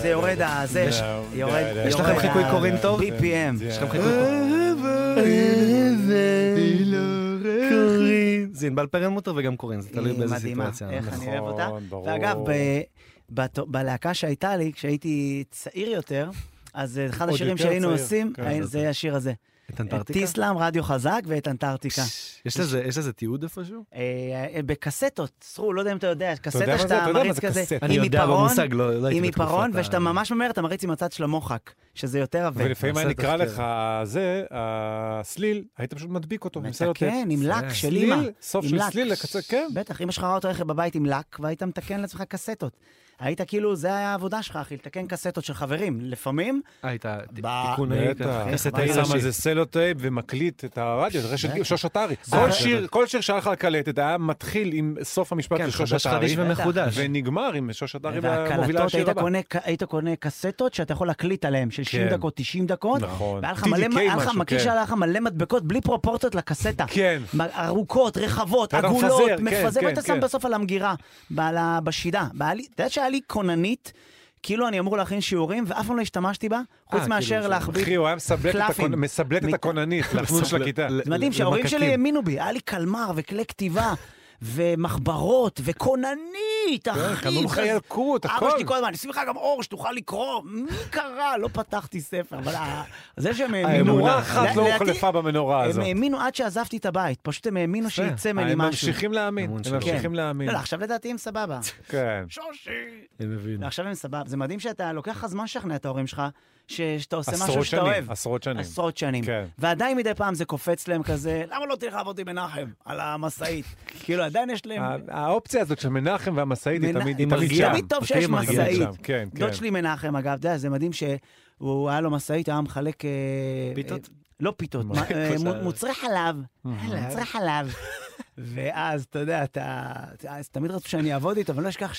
זה יורד, זה יורד. יש לכם חיקוי קורין טוב? BPM. יש לכם חיקוי קורין. זה ענבל פרלמוטר וגם קורין, זה תלוי באיזה סיטואציה. איך אני אוהב אותה. ואגב, בלהקה שהייתה לי, כשהייתי צעיר יותר, אז אחד השירים שהיינו עושים, זה השיר הזה. את אנטארקטיקה? טיסלאם, רדיו חזק ואת אנטארקטיקה. יש לזה תיעוד איפשהו? בקסטות, סרו, לא יודע אם אתה יודע, קסטה שאתה יודע מה מריץ זה כזה, קסטה. אני יודע במושג, לא הייתי עם בתקופת עיפרון, ושאתה ממש ממהר, אתה מריץ עם הצד של המוחק, שזה יותר עבה. ולפעמים היה נקרא לך זה, הסליל, היית פשוט מדביק אותו. מתקן, עם לק של אימא. סוף של סליל, לקצה, כן. בטח, אם יש לך אוטו רכב בבית עם לק, והיית מתקן לעצמך קסטות. היית כאילו, זה היה העבודה שלך, אחי, לתקן קסטות של חברים. לפעמים... הייתה תיקון קסטה. אני שם על זה סלוטייפ ומקליט את הרדיו, זה רשת שושטרי. כל שיר שהיה לך לקלט, היה מתחיל עם סוף המשפט של שושטרי, ונגמר עם שושטרי והמובילה השיר הבא. היית קונה קסטות שאתה יכול להקליט עליהם, של 60 דקות, 90 דקות, נכון. והיה לך מקליט שהיה לך מלא מדבקות, בלי פרופורציות לקסטה. כן. ארוכות, רחבות, עגולות, מפזר, ואתה שם בסוף על המגירה, בשידה. אתה יודע שהיה לי קוננית, כאילו אני אמור להכין שיעורים, ואף פעם לא השתמשתי בה, חוץ מאשר להחביא אחי, הוא היה מסבלט את הקוננית, לחנון של הכיתה. זה מדהים שההורים שלי האמינו בי, היה לי קלמר וכלי כתיבה, ומחברות, וקוננית, אחי. קנו לך ילקוט, הכל. אבא שלי כל הזמן, נשים לך גם אור שתוכל לקרוא. מי קרא? לא פתחתי ספר, אבל זה שהם האמינו... האמונה אחת לא הוחלפה במנורה הזאת. הם האמינו עד שעזבתי את הבית, פשוט הם האמינו שיצא ממני משהו. הם ממשיכים להאמין, הם ממשיכים להאמין. לא, עכשיו לדעתי הם סבבה. כן. שושי. הם מבינים. עכשיו הם סבבה. זה מדהים שאתה לוקח לך זמן לשכנע את ההורים שלך, שאתה עושה משהו שאתה אוהב. עשרות שנים. ועדיין מדי פעם זה קופץ להם כזה, למה לא תלך לעבוד עם מנחם על המשאית? כאילו עדיין יש להם... האופציה הזאת של מנחם והמשאית היא תמיד שם. תמיד טוב שיש משאית. כן. דוד שלי מנחם, אגב, זה מדהים שהוא היה לו משאית, היה מחלק... פיתות? לא פיתות, מוצרי חלב. מוצרי חלב. ואז, אתה יודע, תמיד רצו שאני אעבוד איתו, אבל לא אשכח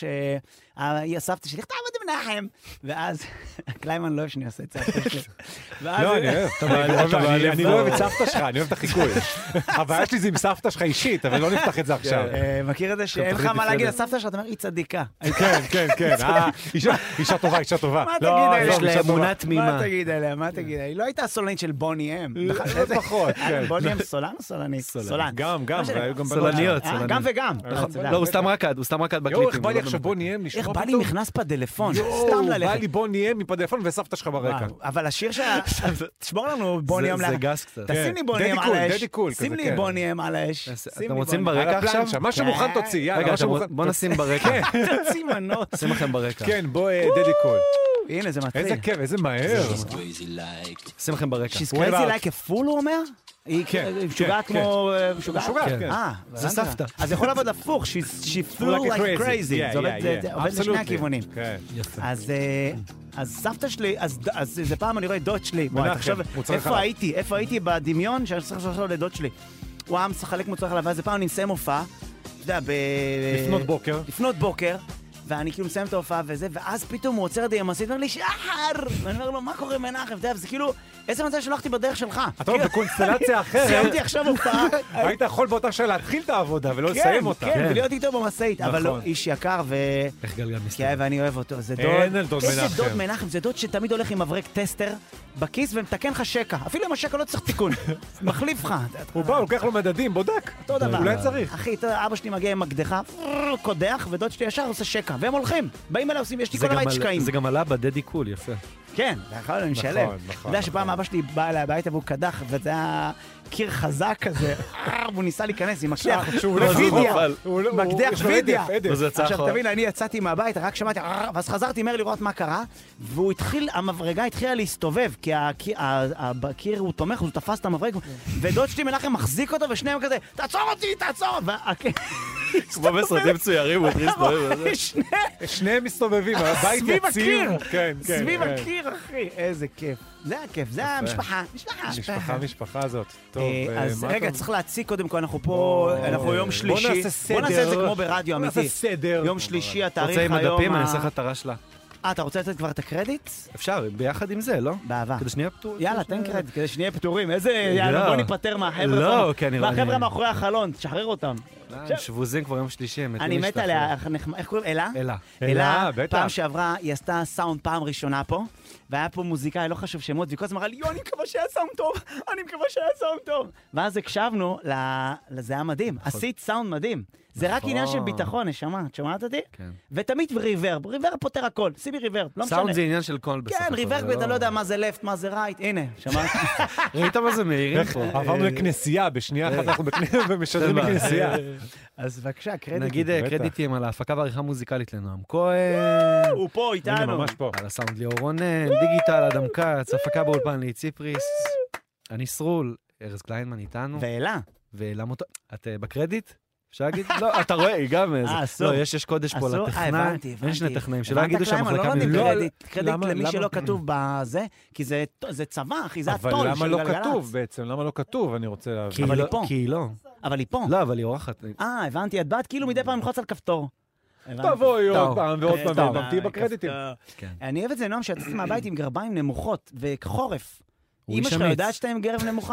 שהסבתא שלי, תעבוד עם מנחם. ואז, קליימן לא אוהב שאני עושה את זה. לא, אני אוהב. אני לא אוהב את סבתא שלך, אני אוהב את החיקוי. הבעיה שלי זה עם סבתא שלך אישית, אבל לא נפתח את זה עכשיו. מכיר את זה שאין לך מה להגיד לסבתא שלך, אתה אומר, היא צדיקה. כן. אישה טובה. מה תגיד עליה? יש לה אמונה תמימה. מה תגיד עליה? היא לא הייתה סולנית של בוני אם. פחות, כן. בוני אם סולן או סולנית? סולן. גם. סולניות. גם וגם. לא, הוא סתם רקד בקליפים. איך בא לי עכשיו בוא נהיה לשמוע איך פתאום? בא לי מכנס פדלפון, סתם ללכת. בא לי בוא נהיה מפדלפון וסבתא שלך ברקע. אבל השיר תשמור לנו בוא נהיה זה גס קצת. תשים לי בוא נהיה על האש. דדי-קול, שים לי בוא נהיה על האש. אתם רוצים ברקע עכשיו? מה שמוכן תוציא, יאללה. בוא נשים ברקע. תוציא מנות. שים לכם ברקע. כן, בוא דדי-קול. הנה זה מתחיל. איזה כיף, איזה מהר. שים לכם ברקע. She's crazy like a fool, הוא אומר? היא משוגעת כמו... משוגעת, כן. זה סבתא. אז יכול לעבוד הפוך, she flew like crazy. זה עובד לשני הכיוונים. אז סבתא שלי, אז איזה פעם אני רואה דוד שלי. איפה הייתי בדמיון שאני צריך לחשוב לדוד שלי. הוא היה מחלק מוצרי חלב, ואז פעם אני מסיים הופעה, אתה יודע, לפנות בוקר, ואני כאילו מסיים את ההופעה וזה, ואז פתאום הוא עוצר את הימסית, ואומר לי, שחר! ואני אומר לו, מה קורה מנחם? זה כאילו, איזה מצב שלחתי בדרך שלך? אתה אומר, בקונסטלציה אחרת. סיימתי עכשיו הופעה. היית יכול באותה שעה להתחיל את העבודה, ולא לסיים אותה. כן, ולהיות איתו במסעית, אבל לא, איש יקר, איך גלגל מסתכל. ואני אוהב אותו, זה דוד, איזה דוד מנחם, זה דוד שתמיד הולך עם מברק טסטר בכיס, ומתקן לך שקע. אפילו אם השקע לא צריך תיקון, מחליף לך. הוא בא, לוקח לו מדדים, בודק. אותו דבר. אולי צריך. אחי, אבא שלי מגיע עם מקדחה, קודח, ודוד שלי ישר עושה שקע, והם הולכים. באים אליי, עושים, יש לי כל הבית שקעים. זה גם עלה בדדי-קול, יפה. כן, אני משלם. אתה יודע שפעם אבא שלי בא אליי הביתה והוא קדח, וזה היה קיר חזק כזה, והוא ניסה להיכנס עם מקדח וידיה, מקדח וידיה. עכשיו תבין, אני יצאתי מהבית, רק שמעתי, ואז חזרתי מהר לראות מה קרה, והוא התחיל, המברגה התחילה להסתובב, כי הקיר הוא תומך, הוא תפס את המברג, ודוד שלי מנחם מחזיק אותו, ושניהם כזה, תעצור אותי, תעצור! כמו בסרטים צוירים, הוא התחיל להסתובב. שניהם מסתובבים, הבית יציר. סביב הקיר, אחי, איזה כיף. זה הכיף, זה המשפחה. משפחה הזאת. אז רגע, צריך להציג קודם כל, אנחנו פה, אנחנו יום שלישי. בוא נעשה את זה כמו ברדיו אמיתי. יום שלישי, התאריך היום... רוצה עם הדפים, אני אעשה לך את הרש לה. אתה רוצה לתת כבר את הקרדיט? אפשר, ביחד עם זה, לא? באהבה. כדי שנהיה פטורים. יאללה, תן קרדיט, כדי שנהיה פטורים. איזה, יאללה, בוא ניפטר מהחבר'ה. לא, כן, נראה לי. מהחבר'ה מאחורי החלון, תשחרר אותם. שבוזים כבר יום שלישי. אני מת עליה, איך קוראים? אלה? אלה, בטח. פעם שעברה, היא עשתה סאונד פעם ראשונה פה, והיה פה מוזיקאי, לא חשוב שמות, והיא כל הזמן אמרה לי, אני מקווה שהיה סאונד טוב, אני מקווה שהיה סאונד טוב. ואז הקשבנו, זה היה מדהים, עשית סאונד מדהים. זה רק עניין של ביטחון, נשמה, את שומעת אותי? כן. ותמיד ריברב, ריברב פותר הכל, שימי ריברב, לא משנה. סאונד זה עניין של קול בסך הכל. כן, ריברב, אתה לא יודע מה זה לפט, מה זה רייט, הנה, שמעת? ראית מה זה מהירים פה? עברנו לכנסייה, בשנייה אחת אנחנו ומשדרים לכנסייה. אז בבקשה, קרדיטים. נגיד קרדיטים על ההפקה והעריכה מוזיקלית לנועם כהן. הוא פה איתנו. ממש פה. על הסאונד ליאור רונן, דיגיטל, אדם כץ, הפקה באולפן ליציפריס, אני סרול, ארז קליינמן איתנו. ואלה. את בקרדיט? אפשר להגיד? לא, אתה רואה, היא גם איזה. לא, יש קודש פה לטכנאי. הבנתי. אין שני טכנאים, שלא יגידו שהמחלקה קרדיט למי שלא כתוב בזה, כי זה צבא, אחי, זה הטול של גלגלצ. אבל למה לא כתוב בעצם? למה לא כתוב? אני רוצה להבין. אבל היא פה. כי היא לא. אבל היא פה. לא, אבל היא אורחת. הבנתי, את באת כאילו מדי פעם ללחוץ על כפתור. תבואי עוד פעם ועוד פעם, תהיי בקרדיטים. אני אוהב את זה, נועם, שאת יוצאת מהבית עם גרביים נמוכות וחורף. אמא שלך יודעת שאתה עם גרב נמוכה?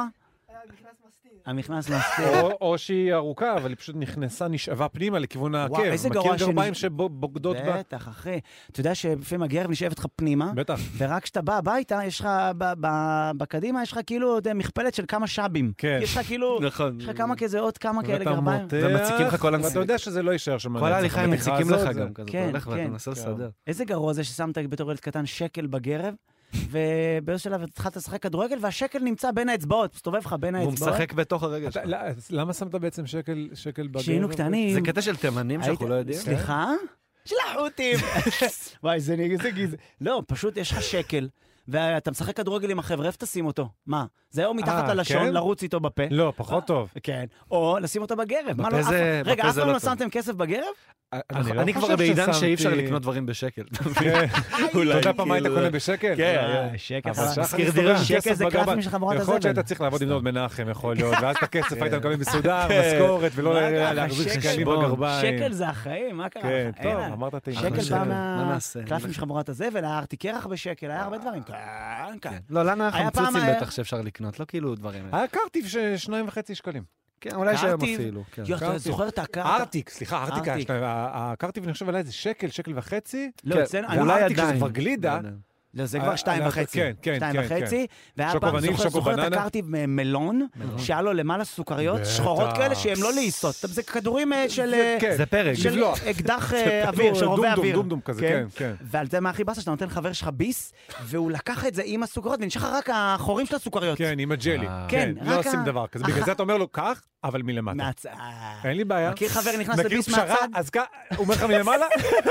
המכנס מסתיר. או שהיא ארוכה, אבל היא פשוט נכנסה, נשאבה פנימה לכיוון העקב. מכיר גרביים שבוגדות בה? בטח, אחי. אתה יודע שלפעמים הגרב נשאבת לך פנימה, בטח. ורק כשאתה בא הביתה, יש לך, בקדימה יש לך כאילו מכפלת של כמה שבים. כן. יש לך כאילו, יש לך כמה כזה, עוד כמה כאלה גרביים. ומציקים לך כל הנסיק. ואתה יודע שזה לא יישאר שם. כל ההליכה הם מציקים לך גם כזה. אתה הולך ואתה מנסה לסדר. איזה גרוע זה ששמת בתור ילד קטן שקל בגרב, ובאיזשהו שלב התחלת לשחק כדורגל, והשקל נמצא בין האצבעות, מסתובב לך בין האצבעות. הוא משחק בתוך הרגל שלך. למה שמת בעצם שקל בגרב? כשהיינו קטנים. זה קטע של תימנים שאנחנו לא יודעים. סליחה? שלחותים. וואי, זה גיז. לא, פשוט יש לך שקל, ואתה משחק כדורגל עם החבר'ה, איפה תשים אותו? מה? זה או מתחת ללשון, לרוץ איתו בפה. לא, פחות טוב. כן. או לשים אותו בגרב. רגע, אף פעם לא שמתם כסף בגרב? אני כבר בעידן שאי אפשר לקנות דברים בשקל. אתה יודע פעם מה היית קונה בשקל? כן, שקל. שקל זה קלפים של חבורת הזבל. יכול להיות שהיית צריך לעבוד עם נוד מנחם, יכול להיות, ואז את הכסף היית מקבל מסודר, משכורת, ולא להחזיק שקלים בגרביים. שקל זה החיים, מה קרה? כן, טוב, אמרת את העניין. שקל בא מהקלפים של חבורת הזבל, הארתי קרח בשקל, היה הרבה דברים. לא, לנו היה חמצוצים בטח שאפשר לקנות, לא כאילו דברים. היה קרטיב 2.5 שקלים. כן, אולי שהיום אפילו. אתה זוכר את הקרטיב? ארטיק, סליחה, ארטיק. הקרטיב, אני חושב עליי, זה שקל וחצי. לא, אולי עדיין. זה כבר גלידה. לא, זה כבר 2.5. כן. 2.5, והיה פעם זוכר את הקרטיב מלון, שהיה לו למעלה סוכריות שחורות כאלה שהן לא לעיסות. זה כדורים של... זה פרק. של אקדח אוויר, של רובה אוויר. דומדום כזה, כן. ועל זה מה הכי בסה, שאתה נותן חבר שלך ביס, והוא לקח את זה עם הסוכריות, ונשאר רק החורים של הסוכריות. כן, עם הג'לי. כן, לא עושים דבר כזה. בגלל זה אתה אומר לו, כך, אבל מלמטה. אין לי בעיה. מכיר חבר נכנס לביס מהצד? אז הוא אומר לך מלמעלה?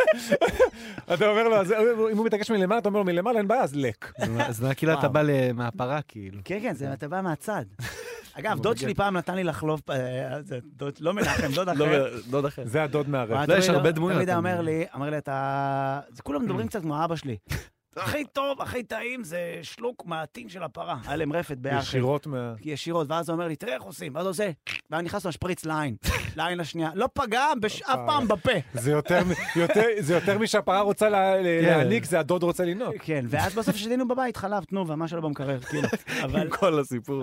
אתה אומר לו, אם הוא מתעקש מלמעלה, אתה אומר לו מלמעלה, אין בעיה, אז לק. אז כאילו אתה בא מהפרה, כאילו. כן, אתה בא מהצד. אגב, דוד שלי פעם נתן לי לחלוב, לא מנחם, דוד אחר. זה הדוד מהרב. לא, יש הרבה דמויות. תמיד אמר לי, זה כולם מדברים קצת כמו אבא שלי. הכי טוב, הכי טעים, זה שלוק מהטין של הפרה. היה להם רפת ביחד. ישירות, ואז הוא אומר לי, תראה איך עושים, ואז הוא עושה, ואז נכנס לו שפריץ לעין השנייה. לא פגע אף פעם בפה. זה יותר משהפרה רוצה להעניק, זה הדוד רוצה לנוק. כן, ואז בסוף שתינו בבית, חלב, תנובה, מה שלא במקרר, כאילו. עם כל הסיפור.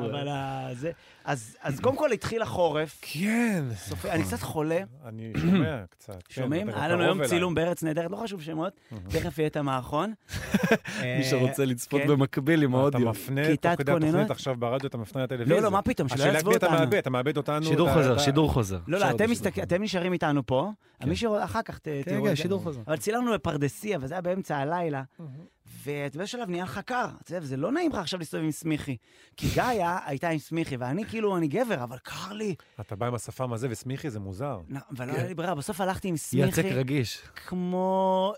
אז קודם כל התחיל החורף. כן. אני קצת חולה. אני שומע קצת. שומעים? היה לנו היום צילום בארץ נהדרת, לא חשוב שמות, תכף יהיה את המערכון. מי שרוצה לצפות במקביל עם האודיו. אתה מפנה, תוך כדי התוכנית עכשיו ברדיו, אתה מפנה לטלוויזיה. לא, מה פתאום, שלא יעצבו אותנו. אתה מאבד אותנו. שידור חוזר. לא, אתם נשארים איתנו פה, מישהו אחר כך תראו. כן, שידור חוזר. אבל צילמנו בפרדסיה, וזה היה באמצע הלילה. ובשלב נהיה לך קר, זה לא נעים לך עכשיו להסתובב עם סמיכי. כי גאיה הייתה עם סמיכי, ואני כאילו, אני גבר, אבל קר לי. אתה בא עם השפם הזה וסמיכי, זה מוזר. אבל לא היה לי ברירה, בסוף הלכתי עם סמיכי. יצק רגיש. כמו,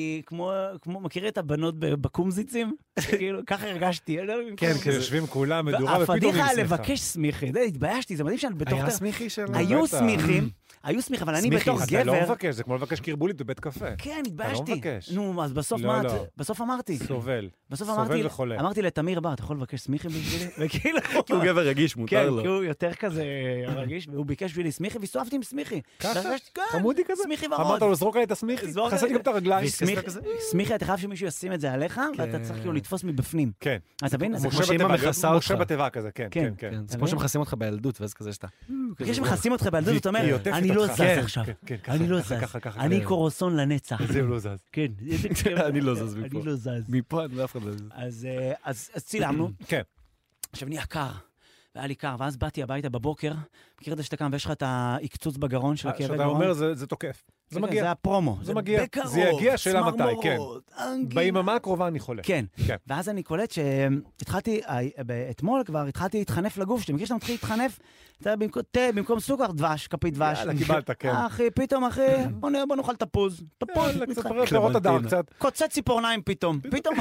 מכיר את הבנות בקומזיצים? כאילו, ככה הרגשתי. כן, כי יושבים כולם מדורה ופתאום עם הפדיחה לבקש סמיכי, התביישתי, זה מדהים שאני בתוך... היה סמיכי שלנו. היו סמיכים, אבל אני בתוך גבר... אתה לא מבקש, זה כמו לבקש קרבולית בבית קפה. כן, התביישתי. אתה לא מבקש. נו, אז בסוף אמרתי, אמרתי. סובל. בסוף סובל וחולה. אמרתי לתמיר בר, אתה יכול לבקש סמיכי בשבילי? וכאילו... כי הוא גבר רגיש, מותר לו. כן, כי הוא יותר כזה רגיש, והוא ביקש בשבילי סמיכי, והסתובבתי עם סמיכי. ככה? חמודי כזה? סמיכי ורוד. אמרת לו, זרוק עלי את הסמיכי? חסרתי גם את הרגליים. סמיכי, אתה חייב שמישהו ישים את זה עליך, ואתה צריך כאילו לתפוס מבפנים. כן. אתה מבין? משה בתיבה כזה, כן. זה כמו שמכסים אותך בילדות, ואז כזה שאתה... כשמכסים אותך בילדות, אתה אומר, אני לא זז עכשיו. אני לא זז. אני קורסון לנצח. זה לא זז. כן. אני לא זז מפה. אני לא זז. מפה אני לאף אחד לא זז. אז צילמנו. כן. עכשיו נהיה קר. והיה לי קר, ואז באתי הביתה בבוקר, מכיר את זה שאתה קם ויש לך את העקצוץ בגרון של הכאבי גרון? שאתה אומר, זה תוקף. זה מגיע. זה הפרומו. זה מגיע. זה יגיע, שאלה מתי, כן. ביממה הקרובה אני חולה. כן. ואז אני קולט שהתחלתי, אתמול כבר התחלתי להתחנף לגוף, שאתה מכיר שאתה מתחיל להתחנף, במקום סוכר, דבש, כפית דבש. יאללה, קיבלת, כן. אחי, פתאום, אחי, בוא נאכל תפוז. תפוז, לראות הדר קצת. קוצץ ציפורניים פתאום. פתאום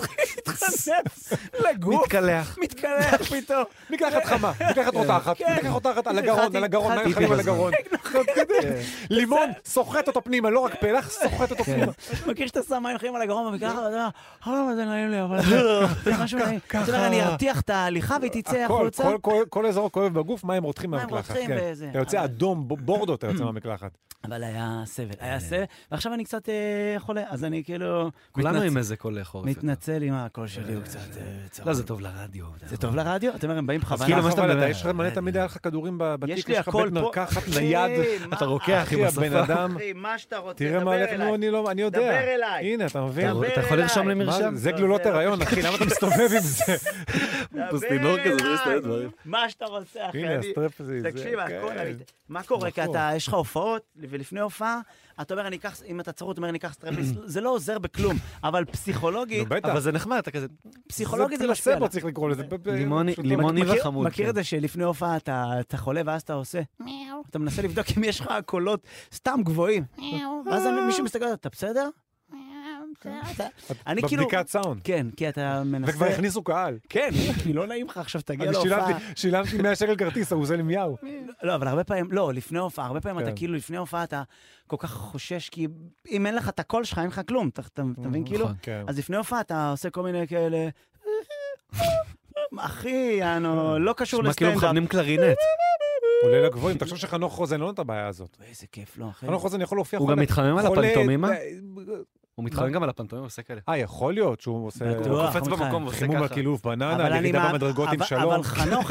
מתחנף לגוף. מתקלח פתאום. מקלחת חמה, מקלחת רותחת על הגרון, על הגרון. לימון, סוחט אותו פנימה, לא רק פלח, סוחט אותו פנימה. מכיר שאתה שם מים חיים על הגרון במקלחת, ואתה אומר, זה נעים לי, אבל זה משהו נעים. זאת אומרת, אני ארתיח את ההליכה והיא תצא החוצה. כל אזור כואב בגוף, מים רותחים מהמקלחת. אתה יוצא אדום, בורדו אתה יוצא מהמקלחת. אבל היה סבל, ועכשיו אני קצת חולה, אז אני כאילו... כולנו עם איזה קול חורף. מתנצל עם הקול שלי, הוא קצת... לא, זה טוב לרדיו. זה טוב לרדיו? אתם אומרים, הם באים בכוונה. כאילו, מה שאתה מדבר, יש לך מלא תמיד היה לך כדורים בתיק, יש לך בית מרקחת נייד, אתה רוקח עם השפה. הבן אדם, מה שאתה רוצה, תראה מה הלך, אני יודע. דבר אליי. הנה, אתה מבין? אתה יכול לרשום למרשם? זה גלולות הריון, אחי, למה אתה מסתובב עם זה? פוסטינור כזה, מה שאתה רוצה, אחי. הנה, הסטרפ הזה. תקשיב, מה קורה? כי יש לך הופעות, ולפני הופעה, אתה אומר, אם אתה צרות, אומר, אני אקח סטרפליס, זה לא עוזר בכלום, אבל פסיכולוגית... אבל זה נחמד, אתה כזה... פסיכולוגית זה משפיע. זה פלסבו צריך לקרוא לזה. לימוני וחמוד. מכיר את זה שלפני הופעה אתה חולה, ואז אתה עושה... אתה מנסה לבדוק אם יש לך קולות סתם גבוהים. ואז מישהו מסתכל, אתה בסדר? בבדיקת סאונד. כן, כי אתה מנסה... וכבר הכניסו קהל. כן, כי לא נעים לך עכשיו, תגיע להופעה. שילמתי 100 שקל כרטיס, הוא עושה לי מיהו. לא, אבל הרבה פעמים, לא, לפני הופעה, הרבה פעמים אתה כאילו לפני הופעה, אתה כל כך חושש, כי אם אין לך את הקול שלך, אין לך כלום, אתה מבין כאילו? אז לפני הופעה אתה עושה כל מיני כאלה... אחי, לא קשור לסטנדאפ. כאילו מכוונים קלרינט. עולה לגבוהים, תחשוב שחנוך חוזן לא נותן הבעיה הזאת. איזה כיף, לא אחי. חנוך חוזן יכול להופיע הוא גם מתחמם על הפנטומימה? הוא מתחמם גם על הפנטומימה, עושה כאלה. יכול להיות שהוא עושה... הוא קופץ במקום ועושה חימום על קילוף בננה, ירידה במדרגות עם שלום. אבל חנוך,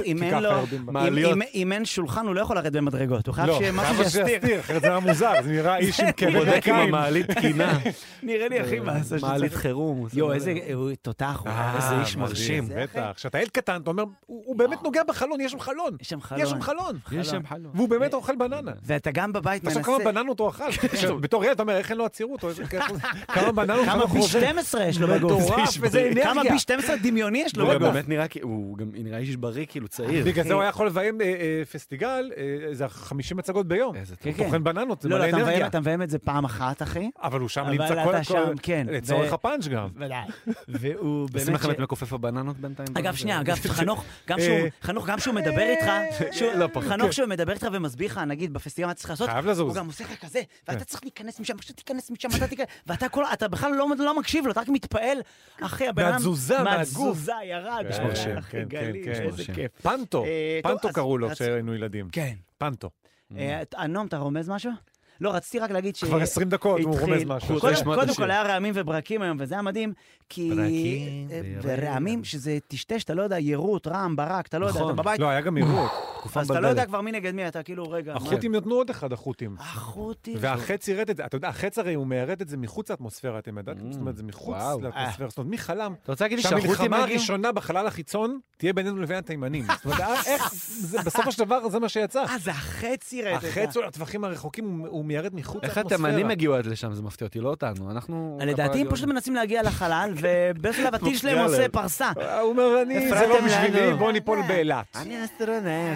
אם אין שולחן, הוא לא יכול לרדת במדרגות. הוא חייב שיהיה משהו שיסתיר. אחרת זה היה מוזר, זה נראה איש עם כאבי ברכיים. בודק עם המעלית תקינה. נראה לי הכי מעשה שצריך. מעלית חירום. יו, איזה תותח, איזה איש מרשים. בטח. כשאתה ילד קטן, אתה אומר, הוא באמת נוגע בחלון, יש שם חלון. יש שם חלון. והוא באמת אוכל בננה. ואתה גם בבית מנסה... עכשיו כמה בננות הוא אכל. בתור ילד אתה אומר, איך אין לו עצירות? כמה בננות כמה בי 12 יש לו בגוף. כמה בי 12 דמיוני יש לו בגוף. הוא באמת נראה, הוא גם נראה איש בריא, כאילו צעיר. בגלל זה הוא היה יכול לביים פסטיגל, איזה 50 מצגות ביום. הוא תוכן בננות, זה מלא אנרגיה. אתה מביים את זה פעם אחת, אחי. אבל הוא שם נמצא לצורך הפאנץ' גם. והוא באמת... שים לכם את מכופף הבננות בינתיים. אגב, שנייה, חנוך, גם שהוא מדבר איתך, חנוך שהוא מדבר איתך ומסביר לך, נגיד, בפסטיגל מה צריך לעשות, הוא גם עושה לך כזה, ואתה צריך להיכנס משם, פשוט תיכנס משם, ואתה בכלל לא מקשיב לו, אתה רק מתפעל, אחי, הבן אדם... מהתזוזה, ירד. אחי, גליל, איזה כיף. פנטו קראו לו כשהיינו ילדים. כן. פנטו. נועם, אתה רומז משהו? לא, רציתי רק להגיד ש... כבר 20 דקות הוא רומז משהו. קודם כל היה רעמים וברקים היום, וזה היה מדהים, כי... ורעמים, שזה טשטש, אתה לא יודע, ירות, רעם, ברק, אתה לא יודע, אתה בבית... לא, היה גם ירות. אז אתה לא יודע כבר מי נגד מי, אתה כאילו, רגע... החוטים נתנו עוד אחד, החוטים. החוטים. והחץ ירד את זה, אתה יודע, החץ הרי הוא מיירד את זה מחוץ לאטמוספירה, אתם יודעים? זאת אומרת, זה מחוץ לאטמוספירה. זאת אומרת, מי חלם? אתה רוצה להגיד לי שהחוטים שהמלחמה הראשונה בחלל החיצון תהיה בינינו לבין התימנים. זאת אומרת, איך, בסופו של דבר זה מה שיצא. זה החץ ירד. החץ הוא לטווחים הרחוקים, הוא מיירד מחוץ איך התימנים הגיעו עד לשם, זה מפתיע אותי, לא אותנו. אנחנו... לדעתי הם פשוט מנסים להגיע לחלל, ובשלב הטיל שלהם עושה פרסה. הוא אומר, זה לא בשבילי, בוא ניפול באילת. אני אסטרונאוט.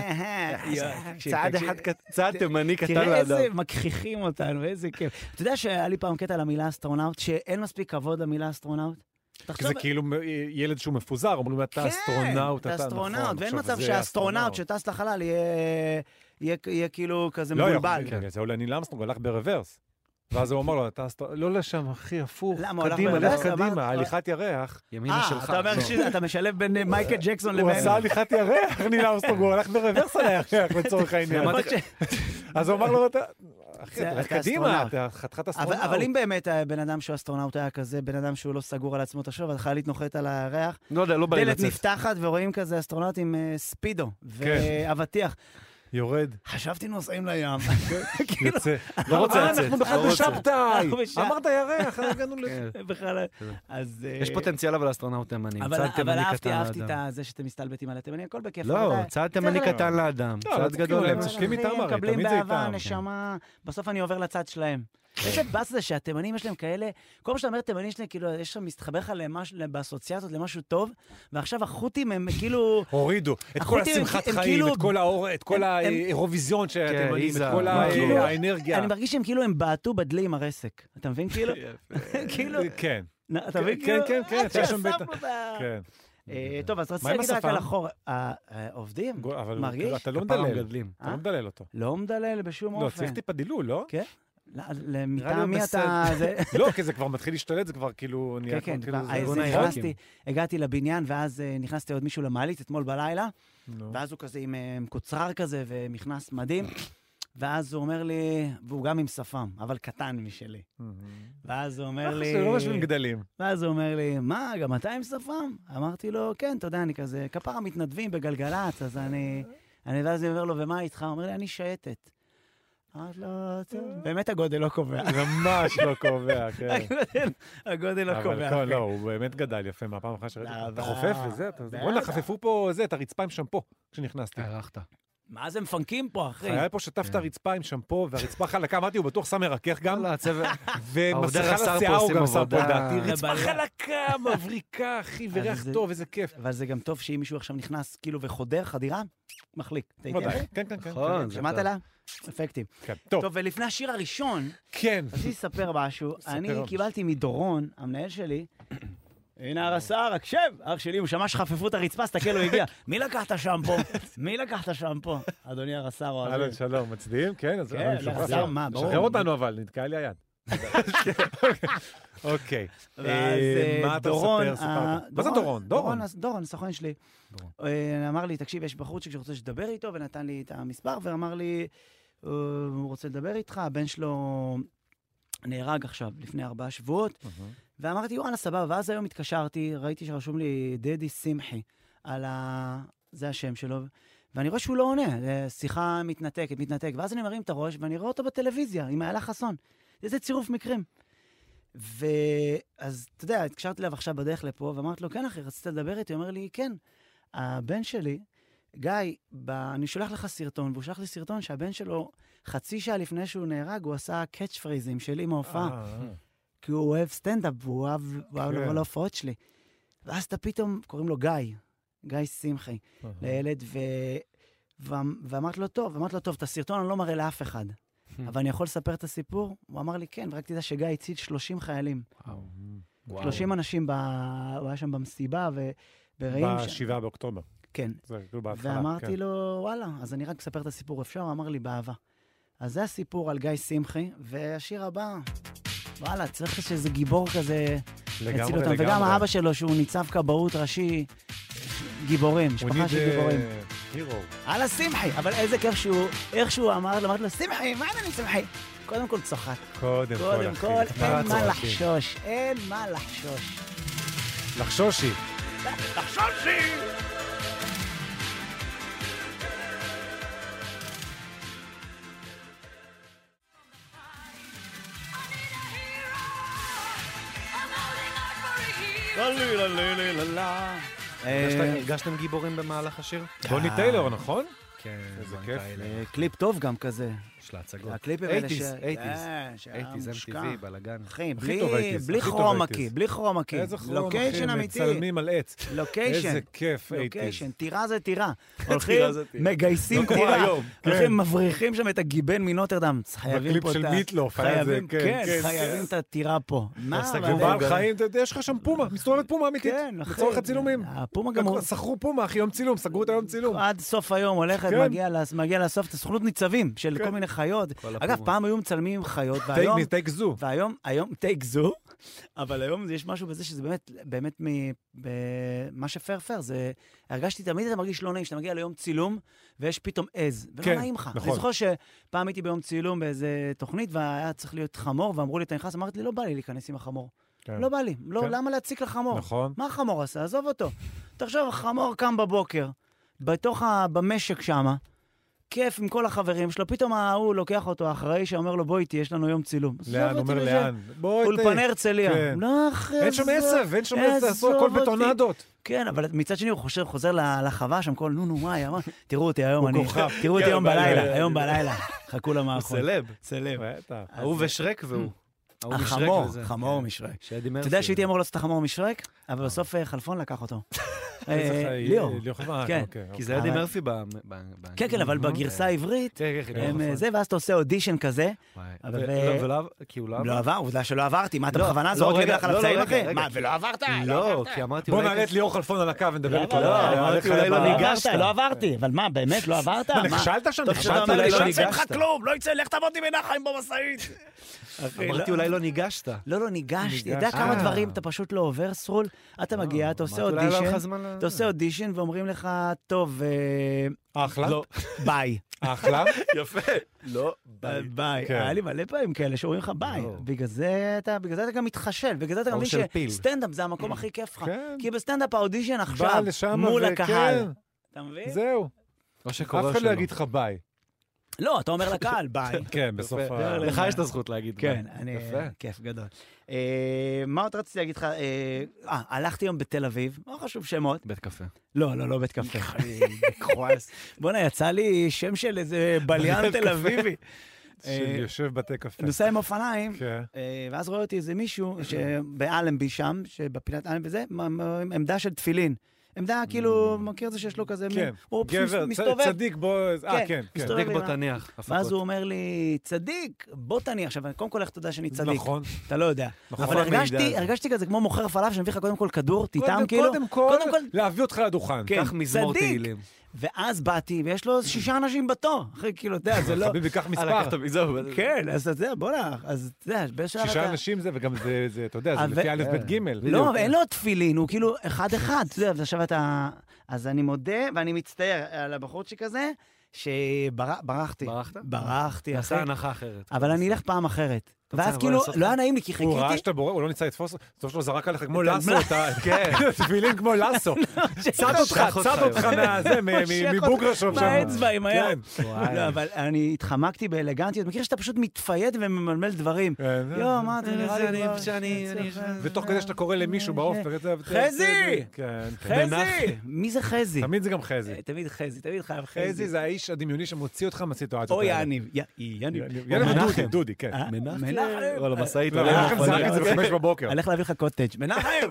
צעד תימני קטן תראה לאדם. איזה מכחיכים אותנו, איזה כיף. אתה יודע שהיה לי פעם קטע על המילה אסטרונאוט, שאין מספיק כבוד למילה אסטרונאוט? זה כאילו ילד שהוא מפוזר, אומרים, אתה אסטרונאוט, אתה אסטרונאוט, ואין מצב שהאסטרונאוט שטס לחלל יהיה כאילו כזה מבולבל. זה אולי ניל אמסטרונג, הלך ברוורס. ואז הוא אמר לו, לא לשם, אחי, הפוך, קדימה, לך קדימה, הליכת ירח. ימינה שלך. אתה משלב בין מייקל ג'קסון לבין... הוא עשה הליכת ירח, ניל ארמסטרונג, הוא הלך ברוורס על הירח, לצורך העניין. אז הוא אמר לו, אחי, לך קדימה, אתה חתיכת אסטרונאוט. אבל אם באמת בן אדם שהוא אסטרונאוט היה כזה, בן אדם שהוא לא סגור על עצמו, תחשוב, אז חיילית נוחת על הירח, דלת נפתחת ורואים כזה אסטרונאוט עם ספידו ואבטיח. יורד. חשבתי נוסעים לים. יוצא. לא רוצה לצאת. אנחנו בכלל בשבתאי. אמרת ירח, הגענו בכלל. יש פוטנציאל אבל אסטרונאוט תימני. אבל אהבתי את זה שאתם מסתלבטים על התימני, הכל בכיף. לא, צעד תימני קטן לאדם. צעד גדול. הם משקים איתם הרי, מקבלים באהבה, נשמה. בסוף אני עובר לצד שלהם. איזה בס זה שהתימנים יש להם כאלה, כל מה שאתה אומר תימנים יש להם כאילו, יש שם מסתחבר לך באסוציאציות למשהו טוב, ועכשיו החות'ים הם כאילו... הורידו את כל השמחת חיים, את כל האור, את כל האירוויזיון שהתימנים, את כל האנרגיה. אני מרגיש שהם כאילו הם בעטו בדלי עם הרסק. אתה מבין כאילו? כן. אתה מבין כאילו? כן. כן. טוב, אז רציתי להגיד רק על החור. עובדים? מרגיש? אתה לא מדלל אותו. לא מדלל בשום אופן. לא, צריך טיפה דילול, לא? כן. מטעמי אתה... לא, כי זה כבר מתחיל להשתלט, זה כבר כאילו... כן, הגעתי לבניין, ואז נכנסתי עוד מישהו למעלית אתמול בלילה, ואז הוא כזה עם קוצרר כזה, ומכנס מדהים, ואז הוא אומר לי, והוא גם עם שפם, אבל קטן משלי. ואז הוא אומר לי... לא משווים גדלים. ואז הוא אומר לי, מה, גם אתה עם שפם? אמרתי לו, כן, אתה יודע, אני כזה, כפרה מתנדבים בגלגלץ, אז אני... ואז אני אומר לו, ומה איתך? הוא אומר לי, אני שייטת. באמת הגודל לא קובע. ממש לא קובע, כן. הגודל לא קובע. אבל לא, הוא באמת גדל יפה מהפעם אחת שראיתי. אתה חופף וזה, בוא'נה, חפפו פה את הרצפה עם שמפו כשנכנסתי. הערכת. מה זה מפנקים פה, אחי? היה פה שטף את הרצפה עם שמפו, והרצפה חלקה, אמרתי, הוא בטוח שם מרקח גם. ומסכה לשיער הוא גם שם פה דעתי. רצפה חלקה, מבריקה, אחי, וריח טוב, איזה כיף. אבל זה גם טוב שאם מישהו עכשיו נכנס כאילו וחודר חדירה, מחליק. כן. שמעת לה? אפקטים. טוב, ולפני השיר הראשון, רציתי לספר משהו. אני קיבלתי מדורון, המנהל שלי, הנה הרס"ר, הקשב, אח שלי, הוא שמע שחפפו את הרצפה, סתכל, הוא הגיע. מי לקח את השמפו? מי לקח את השמפו? אדוני הרס"ר, אוהבים. אהלן, שלום, מצדיעים? כן, אז הרס"ר, מה, ברור. שחרר אותנו אבל, נתקע לי היד. אוקיי. מה אתה ספר? מה זה דורון? דורון, סוכן שלי. אמר לי, תקשיב, יש בחורצ'יק שרוצה שתדבר איתו, ונתן לי את המספר, ואמר לי, הוא רוצה לדבר איתך, הבן שלו נהרג עכשיו, לפני 4 שבועות, ואמרתי, יואנה, סבבה, ואז היום התקשרתי, ראיתי שרשום לי דדי שמחי, זה השם שלו, ואני רואה שהוא לא עונה, שיחה מתנתק, ואז אני מרים את הראש, ואני רואה אותו בטלוויזיה, עם איילה חסון. איזה צירוף מקרים. ואז, אתה יודע, התקשרתי אליו עכשיו בדרך לפה, ואמרתי לו, כן אחי, רצית לדבר איתי? הוא אומר לי, כן. הבן שלי, גיא, אני שולח לך סרטון, והוא שלח לי סרטון שהבן שלו, חצי שעה לפני שהוא נהרג, הוא עשה קאץ' פרייזים שלי מההופעה. כי הוא אוהב סטנדאפ, והוא אוהב לבוא להופעות שלי. ואז אתה פתאום, קוראים לו גיא שמחי, לילד, ואמרתי לו, טוב, את הסרטון אני לא מראה לאף אחד. אבל אני יכול לספר את הסיפור? הוא אמר לי, כן, ורק תדע שגיא הציל 30 חיילים. 30 אנשים, הוא היה שם במסיבה, ב7 באוקטובר. כן. ואמרתי לו, וואלה, אז אני רק מספר את הסיפור, אפשר? הוא אמר לי, באהבה. אז זה הסיפור על גיא שמחי, והשיר הבא, וואלה, צריך שזה גיבור כזה, להציל אותם. וגם האבא שלו, שהוא ניצב כבאות ראשי, גיבורים, משפחה של גיבורים. הלאה שמחי, אבל איזה כיף שהוא, איך שהוא אמר לו, שמחי, מה אני שמחי? קודם כל צוחק. קודם כל, אין מה לחשוש, אין מה לחשוש. לחשושי. הרגשתם גיבורים במהלך השיר? בוני טיילור, נכון? כן, איזה כיף. קליפ טוב גם כזה. יש לה הצגות. הקליפים האלה 80s, MTV, בלגן. אחי, בלי כרומקי, איזה כרומקי, לוקיישן אמיתי. מצלמים על עץ. לוקיישן. איזה כיף, 80s. טירה זה טירה. הולכים, מגייסים טירה. הולכים, מבריחים שם את הגיבן מנוטרדם. בקליפ של מיטלוף. כן, חייבים את הטירה פה. בעל חיים, יש לך שם פומה, מסתובבת פומה אמיתית. לצורך הצילומים. הפומה גם... סחרו פומה, אחי, יום צילום, סגרו את היום צילום. עד סוף היום הולכת, מגיע לסוף, את הסוכנות ניצבים של כל מיני חיות. אגב, פעם היו מצלמים חיות, והיום... טייק זו. והיום, טייק זו, אבל היום יש משהו בזה שזה באמת מה שפייר, זה... הרגשתי תמיד, אתה מרגיש לא נעים, שאתה מגיע ליום צילום, ויש פתאום עז, ולא נעים לך. אני זוכר שפעם הייתי ביום צילום באיזה תוכנית, והיה צריך להיות חמור, ואמרו לי, אתה נכנס, אמרתי לי, לא בא לי להיכנס עם החמור. לא בא לי, למה להציק לחמור? נכון. מה החמור עשה? עזוב אותו. תחשוב, החמור קם בבוקר, במשק שמה, כיף עם כל החברים שלו, פתאום הוא לוקח אותו אחראי שאומר לו, בוא איתי, יש לנו יום צילום. לאן, אומר לאן? אולפני הרצליה. לא, אחרי אין שם עשב, אין שם עשב, הכל בטונדות. כן, אבל מצד שני הוא חוזר לחווה שם כל, נו, מה, תראו אותי היום, תראו אותי היום בלילה, חכו למערכון. הוא סלב. הוא ושרק והוא. חמור משרק. אתה יודע שהייתי אמור לעשות את החמור משרק, אבל בסוף חלפון לקח אותו. ליאור. כי זה אדי מרפי כן, כן, אבל בגרסה העברית, זה, ואז אתה עושה אודישן כזה. כי הוא לא עבר, עובדה שלא עברתי. מה, אתה בכוונה זורק לי בלח על הפצעים אחרי? מה, ולא עברת? לא, כי אמרתי... בוא נעלה את ליאור חלפון על הקו ונדבר איתו. לא עברתי, אבל מה, באמת לא עברת? נכשלת שם? לא יצא לך כלום, לא יצא, לך תעבוד עם מנחם במשאית. אמרתי, אולי לא ניגשת. לא ניגשתי. אתה יודע כמה דברים אתה פשוט לא עובר, סרול? אתה מגיע, אתה עושה אודישן, ואומרים לך, טוב, אחלה? ביי. אחלה? יפה. לא, ביי. היה לי מלא פעמים כאלה שאומרים לך ביי. בגלל זה אתה גם מתחשל, בגלל זה אתה גם מבין שסטנדאפ זה המקום הכי כיף לך. כי בסטנדאפ האודישן עכשיו, מול הקהל. אתה מבין? זהו. אף אחד לא יגיד לך ביי. לא, אתה אומר לקהל, ביי. כן, בסוף לך יש את הזכות להגיד ביי. כן, כיף גדול. מה עוד רציתי להגיד לך? הלכתי היום בתל אביב, לא חשוב שמות. בית קפה. לא בית קפה. בוא'נה, יצא לי שם של איזה בליין תל אביבי. שיושב בתי קפה. נוסע עם אופניים, ואז רואה אותי איזה מישהו באלנבי שם, שבפינת אלנבי זה, עמדה של תפילין. עמדה כאילו, מכיר את זה שיש לו כזה, הוא גבר, צדיק בוא, כן, צדיק בוא תניח. ואז הוא אומר לי, צדיק, בוא תניח. עכשיו, קודם כל איך אתה יודע שאני צדיק? נכון. אתה לא יודע. אבל הרגשתי כזה כמו מוכר פלאפל, שמביא לך קודם כל כדור, תיתם כאילו. קודם כל, להביא אותך לדוכן. כך מזמור תהילים. ואז באתי, ויש לו 6 אנשים בתור. אחרי, כאילו, אתה יודע, זה לא... חביבי, קח מספר. כן, אז אתה יודע, בוא נח. אז אתה יודע, בשלב אתה... 6 אנשים זה, וגם זה, אתה יודע, זה לפי א' ב' ג'. לא, אין לו תפילין, הוא כאילו אחד. אתה יודע, עכשיו אתה... אז אני מודה, ואני מצטער על הבחורצ'יק הזה, שברחתי. ברחתי. נעשה הנחה אחרת. אבל אני אלך פעם אחרת. ואז כאילו, לא היה נעים לי, כי חיכיתי... הוא ראה שאתה בורא, הוא לא ניסה לתפוס, בסוף שלו זרק עליך כמו לסו, כן, תפילין כמו לסו. צד אותך מבוגרשוב שם. מהאצבע עם היד. לא, אבל אני התחמקתי באלגנטיות, מכיר שאתה פשוט מתפייד וממלמל דברים. יו, מה, זה נראה לי כבר... ותוך כדי שאתה קורא למישהו באופק, חזי! חזי! מי זה חזי? תמיד זה גם חזי. תמיד חזי, תמיד חייב חזי. חזי זה האיש הדמיוני שמוציא אותך מהסיטואציות או יניב. דודי, כן. מנחם. או למשאית. מנחם זרק את זה ב5 בבוקר. הלך להביא לך קוטג'. מנחם!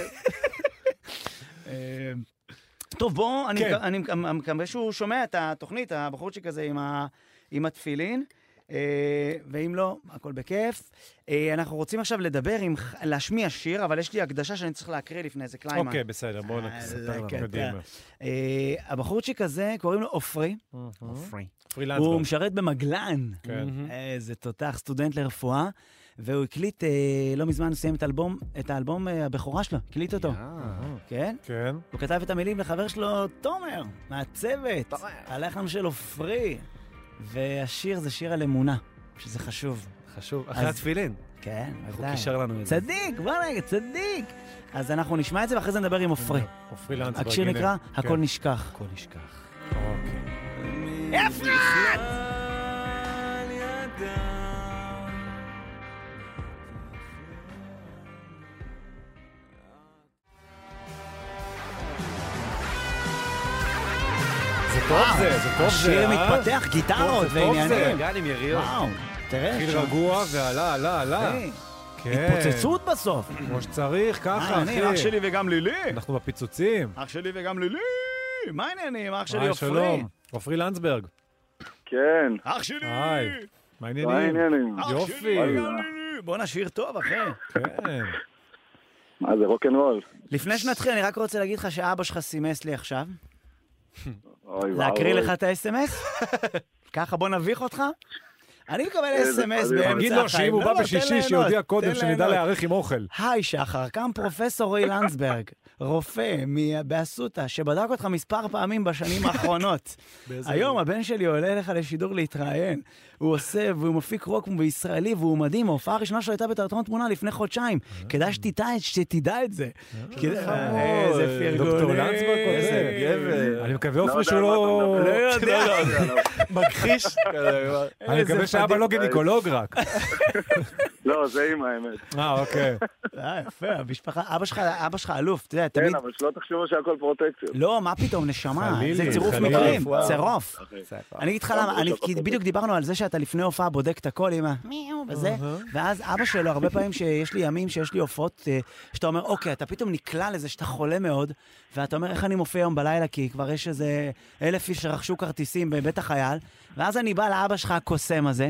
טוב, בוא, אני מקווה שהוא שומע את התוכנית, הבחורצ'יק הזה עם התפילין, ואם לא, הכל בכיף. אנחנו רוצים עכשיו להשמיע שיר, אבל יש לי הקדשה שאני צריך להקריא לפני זה, קליימן. אוקיי, בסדר, בואו נספר לנו קדימה. הבחורצ'יק הזה, קוראים לו עופרי. הוא משרת במגלן. זה תותח, סטודנט לרפואה. והוא הקליט, לא מזמן נסיים את האלבום הבכורה שלו, הקליט אותו. כן? כן. הוא כתב את המילים לחבר שלו, תומר, מהצוות, הלחם של עופרי. והשיר זה שיר על אמונה, שזה חשוב. חשוב, אחרי התפילין. כן, הוא קישר לנו את זה. צדיק, בוא נגיד, צדיק. אז אנחנו נשמע את זה, ואחרי זה נדבר עם עופרי. עופרי לנצברג. השיר נקרא, הכל נשכח. הכל נשכח. אוקיי. אפרת! זה טוב זה טוב זה. השיר מתפתח, גיטרות ועניינים. גן עם יריות. וואו, תראה. התחיל רגוע ועלה. התפוצצות בסוף. כמו שצריך, ככה, אחי. אח שלי וגם לילי. אנחנו בפיצוצים. אח שלי וגם לילי. מה העניינים? אח שלי עופרי. שלום. עופרי לנצברג. כן. אח שלי. היי. מה העניינים? יופי. בוא נשיר טוב, אחי. כן. מה זה, רוק'נ'רול. לפני שנתחיל, אני רק רוצה להגיד לך שאבא שלך סימס לי עכשיו. להקריא לך את ה-SMS? ככה, בוא נביך אותך. אני מקבל אס-אמס באמצע החיים. תגיד לו שאם הוא בא בשישי, שיודיע קודם שנדע להעריך עם אוכל. היי שחר, קם פרופסור רועי לנדסברג, רופא באסותא, שבדק אותך מספר פעמים בשנים האחרונות. היום הבן שלי עולה לך לשידור להתראיין. הוא עושה, והוא מפיק רוק בישראלי, והוא מדהים. ההופעה הראשונה שלו הייתה בתיאטרון תמונה לפני חודשיים. כדאי שתדע את זה. איזה פרגון. דוקטור לנדסברג, איזה גבר. אני מקווה אופרי שהוא לא... לא יודע. מכחיש. אני מקווה שאבא לא גינקולוג רק. לא, זה עם האמת. אוקיי. יפה, המשפחה, אבא שלך אלוף, אתה יודע, תמיד... כן, אבל שלא תחשבו שהכל פרוטקציות. לא, מה פתאום, נשמה, זה צירוף מקרים, צירוף. אני אגיד לך למה, כי בדיוק דיברנו על זה שאתה לפני הופעה בודק את הכל עם המיהו וזה, ואז אבא שלו, הרבה פעמים שיש לי ימים שיש לי הופעות, שאתה אומר, אוקיי, אתה פתאום נקלע לזה שאתה חולה מאוד, ואתה אומר, איך אני מופיע היום בלילה, כי כבר יש איזה 1,000 איש שרכשו כרטיסים בבית החייל, ואז אני בא לאבא שלך הקוסם הזה,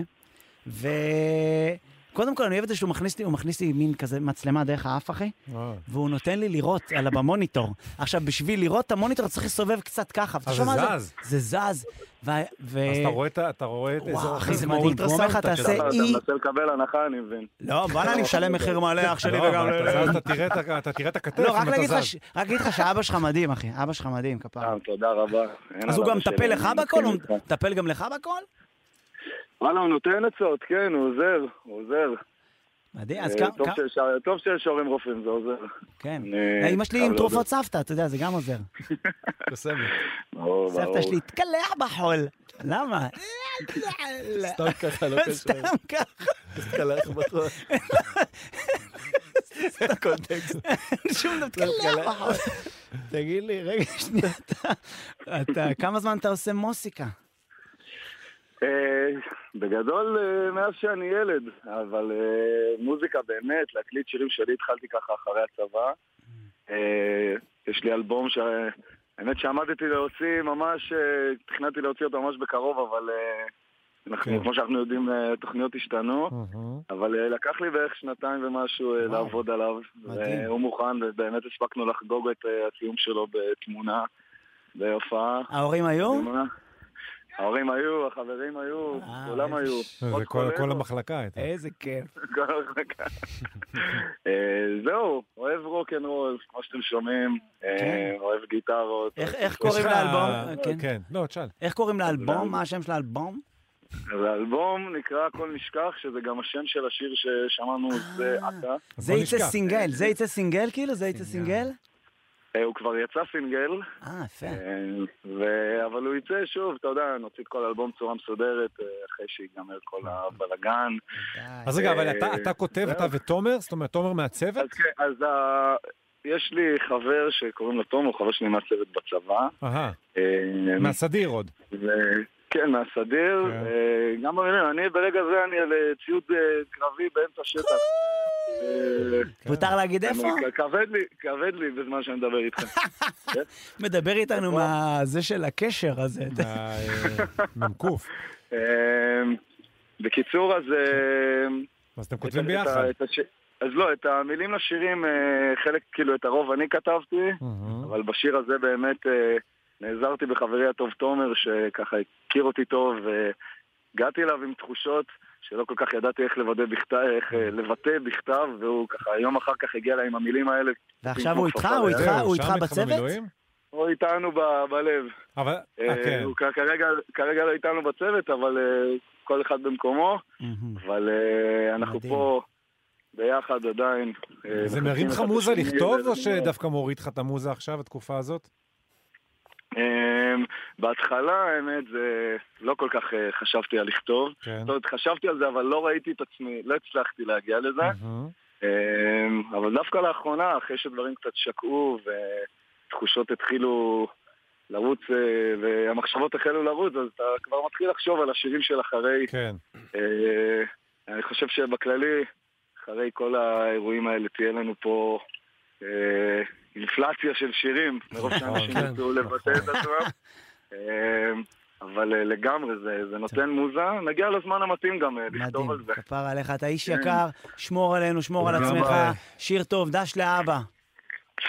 קודם כל, אני אוהב את זה שהוא מכניס לי מין כזה מצלמה דרך האף, אחי, והוא נותן לי לראות במוניטור. עכשיו, בשביל לראות את המוניטור, צריך לסובב קצת ככה. אז זה זז. זה זז. אז אתה רואה את איזה... אחי, זה מדהים. הוא אומר לך, תעשה אתה מנסה לקבל הנחה, אני מבין. לא, בוא'נה, אני משלם מחיר מלא, אח שלי וגם... אתה תראה את הכתף לא, אם אתה זז. רק אגיד לך שאבא שלך מדהים, אחי. אבא שלך מדהים, כפרה. תודה רבה. אז הוא גם מטפל לך בכל? הוא מטפל גם לך בכל? וואלה, הוא נותן עצות, כן, הוא עוזר. מדהים, אז טוב שיש הורים רופאים, זה עוזר. כן. אמא שלי עם תרופות סבתא, אתה יודע, זה גם עוזר. סבתא שלי התקלח בחול. למה? סתם ככה, לא קשור. סתם ככה. התקלח בחול. זה הקונטקסט. שום דבר, תקלח בחול. תגיד לי, רגע, שנייה, כמה זמן אתה עושה מוסיקה? בגדול מאז שאני ילד, אבל מוזיקה באמת, להקליט שירים שלי התחלתי ככה אחרי הצבא. יש לי אלבום האמת שעמדתי להוציא ממש, תכננתי להוציא אותו ממש בקרוב, אבל כמו שאנחנו יודעים, תוכניות השתנו, אבל לקח לי בערך 2 ומשהו לעבוד עליו, והוא מוכן, ובאמת הספקנו לחגוג את הסיום שלו בתמונה, בהופעה. ההורים היו? ההורים היו, החברים היו, כולם היו. זה כל המחלקה הייתה. איזה כיף. כל המחלקה. זהו, אוהב רוק אנד רול, כמו שאתם שומעים, אוהב גיטרות. איך קוראים לאלבום? כן, לא, תשאל. איך קוראים לאלבום? מה השם של האלבום? האלבום נקרא הכל נשכח, שזה גם השם של השיר ששמענו, זה אתה. זה יצא סינגל, זה יצא סינגל כאילו? זה יצא סינגל? הוא כבר יצא סינגל, יפה. אבל הוא יצא שוב, אתה יודע, נוציא את כל האלבום צורה מסודרת, אחרי שיגמר כל הבלגן. אז רגע, אבל אתה כותב, אתה ותומר? זאת אומרת, תומר מהצוות? אז יש לי חבר שקוראים לו תומר, הוא חבר שלי מהצוות בצבא. מהסדיר עוד. כן, מהסדיר. גם במילים, אני ברגע זה אני על ציוד קרבי באמצע שטח. מותר להגיד איפה? כבד לי בזמן שאני מדבר איתכם. מדבר איתנו מהזה של הקשר הזה. ממקוף. בקיצור, אז אתם כותבים ביחד. אז לא, את המילים לשירים, חלק כאילו את הרוב אני כתבתי, אבל בשיר הזה באמת נעזרתי בחברי הטוב תומר, שככה הכיר אותי טוב, והגעתי אליו עם תחושות שלא כל כך ידעתי איך לבטא בכתב, והוא ככה יום אחר כך הגיע לה עם המילים האלה. ועכשיו הוא איתך? הוא איתך בצוות? הוא איתנו בלב. הוא כרגע לא איתנו בצוות, אבל כל אחד במקומו, אבל אנחנו פה ביחד עדיין. זה מרים לך מוזה לכתוב, או שדווקא מוריד לך את המוזה עכשיו, התקופה הזאת? בהתחלה, האמת, זה לא כל כך חשבתי על לכתוב. זאת אומרת, חשבתי על זה, אבל לא ראיתי את עצמי, לא הצלחתי להגיע לזה. אבל דווקא לאחרונה, אחרי שדברים קצת שקעו, ותחושות התחילו לרוץ, והמחשבות החלו לרוץ, אז אתה כבר מתחיל לחשוב על השירים של אחרי. אני חושב שבכללי, אחרי כל האירועים האלה, תהיה לנו פה אינפלציה של שירים, מרוב שאנשים יצאו לבטא את עצמם. אבל לגמרי, זה נותן מוזה. נגיע לזמן המתאים גם לכתוב על זה. מדהים, כפר עליך, אתה איש יקר, שמור עלינו, שמור על עצמך, שיר טוב, דש לאבא.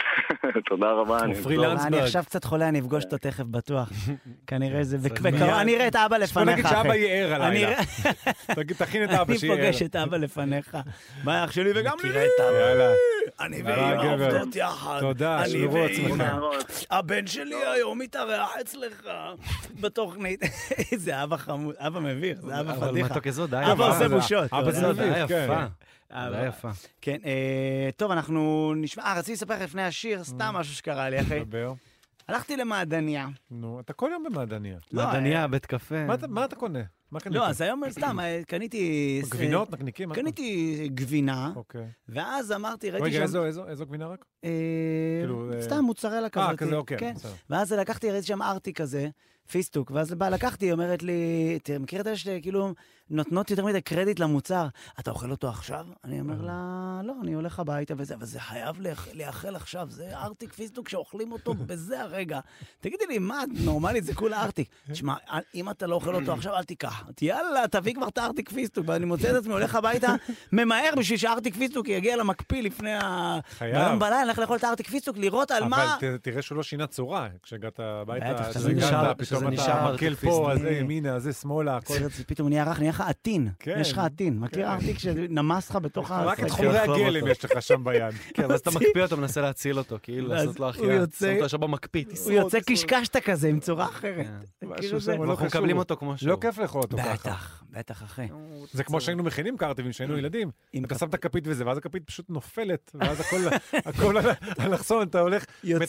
תודה רבה. אני עכשיו קצת חולה, אני אפגוש אותו תכף בטוח. כנראה זה, אני אראה את אבא לפניך. בוא נגיד שאבא יהיה ער הלילה. תכין את אבא שיהיה ער. אני פוגש את אבא לפניך. מה אח שלי וגם לי? אני ואמא עובדות יחד. תודה, שירו עצמך. הבן שלי היום מתארח אצלך בתוכנית. זה אבא חמוד, אבא מביר, זה אבא פדיחה. אבל מתוק איזו די אבא עושה בושות. אבא זה מביר, יפה. די יפה. כן, טוב, אנחנו נשמע, רציתי לספר לפני השיר, סתם משהו שקרה לי, אחי. הלכתי למעדניה. נו, אתה כל יום במעדניה. מעדניה, בית קפה. מה אתה קונה? לא, אז היום סתם, קניתי... גבינות, נקניקים? קניתי גבינה, ואז אמרתי, ראיתי שם... רגע, איזו גבינה רק? סתם מוצרלה כזאת. כזה, אוקיי. ואז לקחתי, ראיתי שם ארטי כזה, פיסטוק, ואז לקחתי, היא אומרת לי, תראה, מכיר את זה שכאילו נותנות יותר מדי קרדיט למוצר, אתה אוכל אותו עכשיו? אני אומר לה, לא, אני הולך הביתה וזה, אבל זה חייב לאכל עכשיו, זה ארטיק פיסטוק שאוכלים אותו בזה הרגע. תגידי לי, מה, נורמלית זה כולה ארטיק. תשמע, אם אתה לא אוכל אותו עכשיו, אל תיקח. יאללה, תביא כבר את הארטיק פיסטוק, ואני מוצא את עצמי, הולך הביתה, ממהר בשביל שהארטיק פיסטוק יגיע למקפיא לפני ביום בלילה, אני הולך לאכול את הארטיק פיסטוק, לראות על מה... אבל תראה שהוא לא שינה צורה, כשהגעת הביתה, פתאום אתה מקל פה, אז ימינה, אז שמאלה, פתאום נהיה רך, נהיה לך עטין, יש לך עטין, מכיר ארטיק שנמס לך בתוך רק את חומרי הגלם יש לך שם ביד. כן, ואז אתה מקפיא אותו, מנסה להציל אותו, כאילו לעשות לו אכילה, שם אותו עכשיו במקפיא, הוא יוצא קשקשת כזה עם צורה אחרת. אנחנו מקבלים אותו כמו שהוא. לא כיף לאכול אותו ככה. בטח, אחי. זה כמו שהיינו מכינים קרטיבים, שהיינו ילדים. אתה שם את הכפית וזה, ואז הכפית פשוט נופלת, ואז הכל אלכסון, אתה הולך,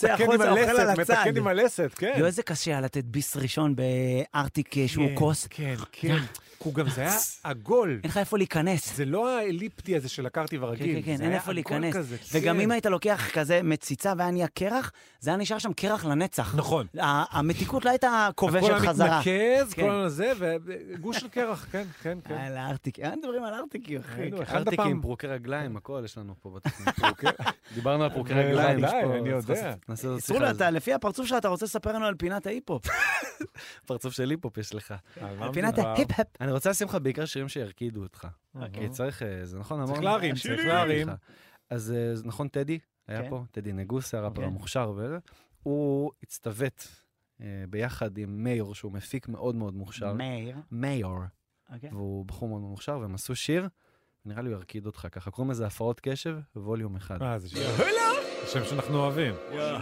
מתקן עם הלסת, כן. לא, איזה קשה לתת ביס ראשון בארטיק שהוא כוס. כן, כן. הוא גם זה היה עגול. אין לך איפה להיכנס. זה לא האליפטי הזה של הקרטיב הרגיל. כן, אין איפה להיכנס. וגם אם היית לוקח כזה מציצה והיה נהיה קרח, זה היה נשאר שם קרח לנצח. נכון. המתיקות לא הייתה כובשת חזרה. הכל המתנקז, כל הזה, וגוש של קרח, כן, כן, כן. על הארטיק. אין דברים על ארטיקים, אחי. ארטיקים, פרוקי רגליים, הכל יש לנו פה בתוכנית. דיברנו על פרוקי רגליים. אני יודע. סרולה, אתה לפי הפרצוף שלה, אתה רוצה לספר לנו על פינת ההיפ-הופ. פרצוף של היפ-הופ יש לך. פינת ההיפ-הופ. אני רוצה לשים לך בעיקר שירים שירקידו אותך. כי צריך, זה נכון, צריך להרים, צריך להרים. אז נכון, טדי היה פה, טדי נגוסה, הראפר המוכשר וזה. הוא הצטוות ביחד עם מאיר, שהוא מפיק מאוד מאוד מוכשר. מאיר. והוא בחור מאוד מוכשר, והם עשו שיר, נראה לי הוא ירקיד אותך ככה. קוראים לזה הפרעות קשב וווליום אחד. זה שיר. השם שאנחנו אוהבים.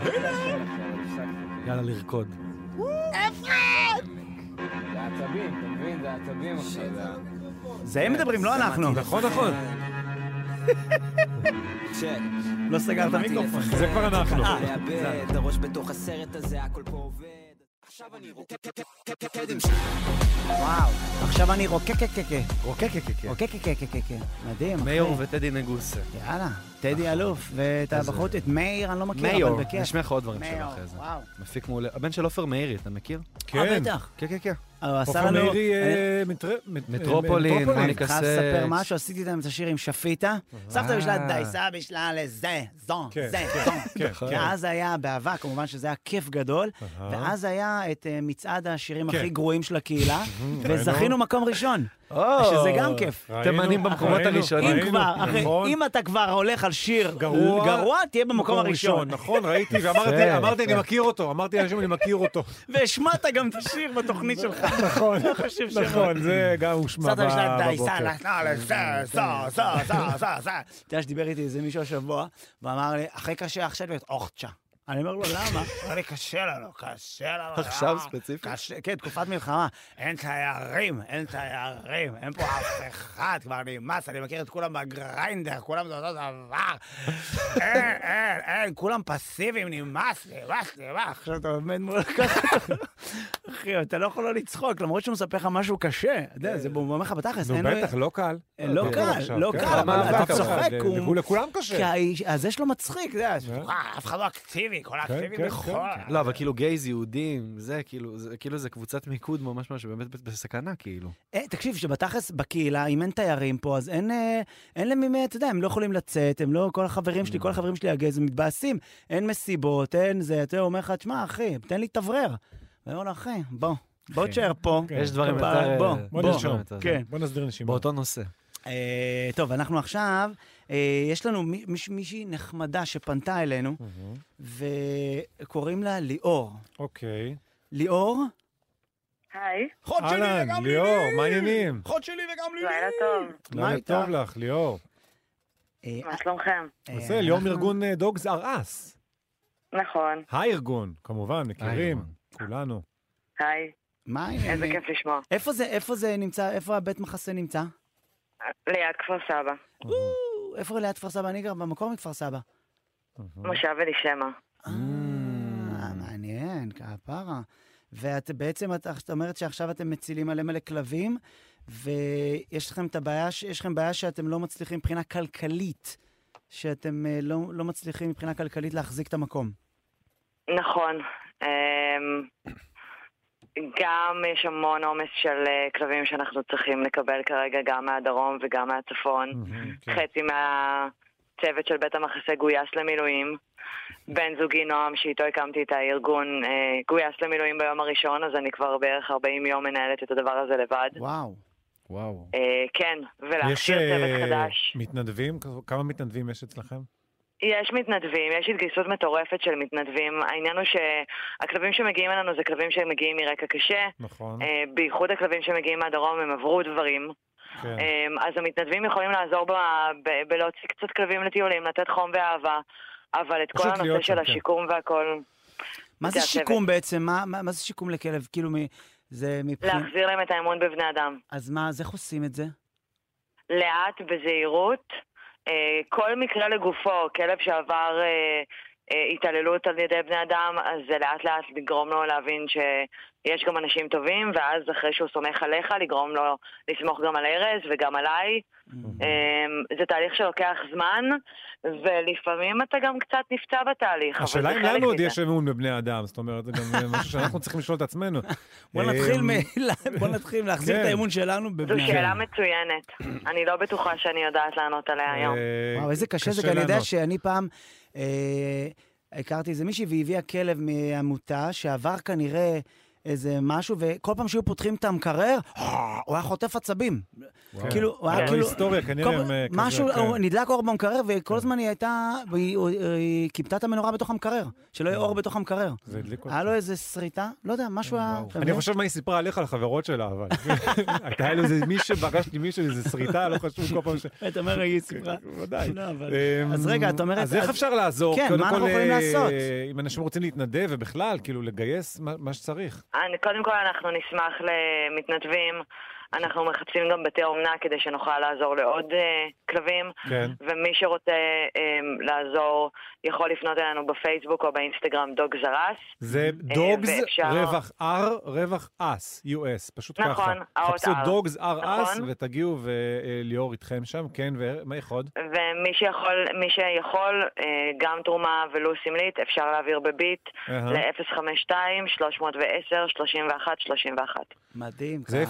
יאללה לרקוד. אפרת! זה עצבים, אתה מבין? זה עצבים עכשיו. זה הם מדברים, לא אנחנו. נכון, נכון. לא סגרת מיקרופון. זה כבר אנחנו. לאבד, הראש בתוך הסרט הזה, הכל פה עובד. עכשיו אני וואו, עכשיו אני רוקקקקקה. רוקקקקקה. מדהים. מאיר וטדי נגוסה. יאללה, טדי אלוף, ואת הבחורות, את מאיר, אני לא מכיר, אבל בכיף. נשמע לך עוד דברים שלו אחרי זה. מפיק מעולה. הבן של עופר מאירי, אתה מכיר? כן. בטח. כן, כן, כן. עופר מאירי מטרופולין, אני חייב לספר משהו, עשיתי איתם את השיר עם שפיטה. סבתא בשלה דייסה בשלה לזה, זון, זה, זון. ואז היה בעבר, כמובן שזה היה כיף גדול, ואז היה את מצעד השירים הכי גרועים של הקהילה, וזכינו מקום ראשון. שזה גם כיף. תימנים במקומות הראשונים. אם אתה כבר הולך על שיר גרוע, תהיה במקום הראשון. נכון, ראיתי, ואמרתי, אני מכיר אותו. אמרתי לאנשים, אני מכיר אותו. והשמעת גם את השיר בתוכנית שלך. נכון, נכון, זה גם הושמע בבוקר. אתה יודע שדיבר איתי איזה מישהו השבוע, ואמר לי, אחרי קשה, עכשיו להיות אוכצ'ה. אני אומר לו, למה? אמר לי, קשה לנו. עכשיו ספציפית? כן, תקופת מלחמה. אין תיירים, אין פה אף אחד, כבר נמאס, אני מכיר את כולם בגריינדר, כולם זה אותו דבר. אין, כולם פסיביים, נמאס. עכשיו אתה עומד מול ככה. אחי, אתה לא יכול לא לצחוק, למרות שהוא מספר לך משהו קשה. זה אומר לך בתכלס. נו, בטח, לא קל. לא קל, אבל אתה צוחק. לכולם קשה. אז יש לו מצחיק, אף אחד לא אקטיבי. כל האקטיבי בכל. לא, אבל כאילו גייז יהודים, זה כאילו זה קבוצת מיקוד ממש משהו, באמת בסכנה כאילו. תקשיב, שבתכלס בקהילה, אם אין תיירים פה, אז אין למי, אתה יודע, הם לא יכולים לצאת, הם לא, כל החברים שלי הגייז, הם מתבאסים, אין מסיבות, אין זה, אתה אומר לך, תשמע, אחי, תן לי תברר. ואני אומר לו, אחי, בוא תשאר פה. יש דברים יותר... בוא נסדיר נשימה. באותו נושא. טוב, אנחנו עכשיו יש לנו מישהי נחמדה שפנתה אלינו, וקוראים לה ליאור. אוקיי. ליאור? היי. חוד שלי וגם לילי! ליאור, מה העניינים? חוד שלי וגם לילי! לילה טוב. לילה טוב לך, ליאור. מה שלומכם? זה ליאור מארגון דוגס אר אס. נכון. הארגון, כמובן, מכירים, כולנו. היי. מה? איזה כיף לשמוע. איפה זה נמצא? איפה הבית מחסה נמצא? ליד כפר סבא. איפה ליד כפר סבא? אני גר במקום מכפר סבא. מושב אלישמע. מעניין, כפרה. ואת בעצם, את אומרת שעכשיו אתם מצילים עליהם אלה כלבים, ויש לכם את הבעיה, יש לכם בעיה שאתם לא מצליחים מבחינה כלכלית, שאתם לא מצליחים מבחינה כלכלית להחזיק את המקום. נכון. גם יש המון עומס של כלבים שאנחנו צריכים לקבל כרגע גם מהדרום וגם מהצפון. חצי מהצוות של בית המחסה גויס למילואים. בן זוגי נועם, שאיתו הקמתי את הארגון, גויס למילואים ביום הראשון, אז אני כבר בערך 40 יום מנהלת את הדבר הזה לבד. וואו. כן, ולהכשיר צוות חדש. יש מתנדבים? כמה מתנדבים יש אצלכם? יש מתנדבים, יש התגייסות מטורפת של מתנדבים. העניין הוא שהכלבים שמגיעים אלינו זה כלבים שמגיעים מרקע קשה. נכון. בייחוד הכלבים שמגיעים מהדרום הם עברו דברים. כן. אז המתנדבים יכולים לעזור בלהוציא קצת כלבים לטיולים, לתת חום ואהבה, אבל את כל הנושא של השיקום והכל... מה זה שיקום בעצם? מה זה שיקום לכלב? כאילו להחזיר להם את האמון בבני אדם. אז איך עושים את זה? לאט, בזהירות. כל מקרה לגופו, כלב שעבר התעללות על ידי בני אדם, אז זה לאט לאט לגרום לו להבין שיש גם אנשים טובים, ואז אחרי שהוא סומך עליך, לגרום לו לסמוך גם על ארז וגם עליי. זה תהליך שלוקח זמן, ולפעמים אתה גם קצת נפצע בתהליך. השאלה אם לנו עוד יש אמון בבני אדם, זאת אומרת, זה גם משהו שאנחנו צריכים לשאול את עצמנו. בוא נתחיל להחזיר את האמון שלנו בבני אדם. זו שאלה מצוינת. אני לא בטוחה שאני יודעת לענות עליה היום. וואו, איזה קשה זה, אני יודע שאני פעם הכרתי איזה מישהי והביאה כלב מעמותה שעבר כנראה איזה משהו, וכל פעם שהיו פותחים את המקרר, הוא היה חוטף עצבים. כאילו, הוא היה כאילו... היסטוריה, כנראה... משהו, נדלק אור במקרר, וכל הזמן היא הייתה... היא קיפתה את המנורה בתוך המקרר, שלא יהיה אור בתוך המקרר. היה לו איזה שריטה, לא יודע, משהו היה... אני חושב מה היא סיפרה עליך, על החברות שלה, אבל... הייתה לו איזה מישהו, פגשתי מישהו, איזה שריטה, לא חשוב כל פעם ש... אתה אומר, היא סיפרה. ודאי. אז רגע, את אומרת... אז איך אפשר לעזור? כן, מה אנחנו יכולים לעשות? אם אנשים רוצים להתנדב ובכלל, כאילו לגייס מה שצריך. קודם כל אנחנו נשמח למתנדבים, אנחנו מחפשים גם בתי אומנה כדי שנוכל לעזור לעוד כלבים, כן. ומי שרוצה לעזור יכול לפנות אלינו בפייסבוק או באינסטגרם דוגס אר אס. זה דוגס רווח R רווח אס, US, פשוט ככה. נכון, חפשו דוגס אר אס ותגיעו וליאור איתכם שם, כן, ומה יכול? ומי שיכול, גם תרומה ולו סמלית, אפשר להעביר בביט ל-052-310-31-31. מדהים. זה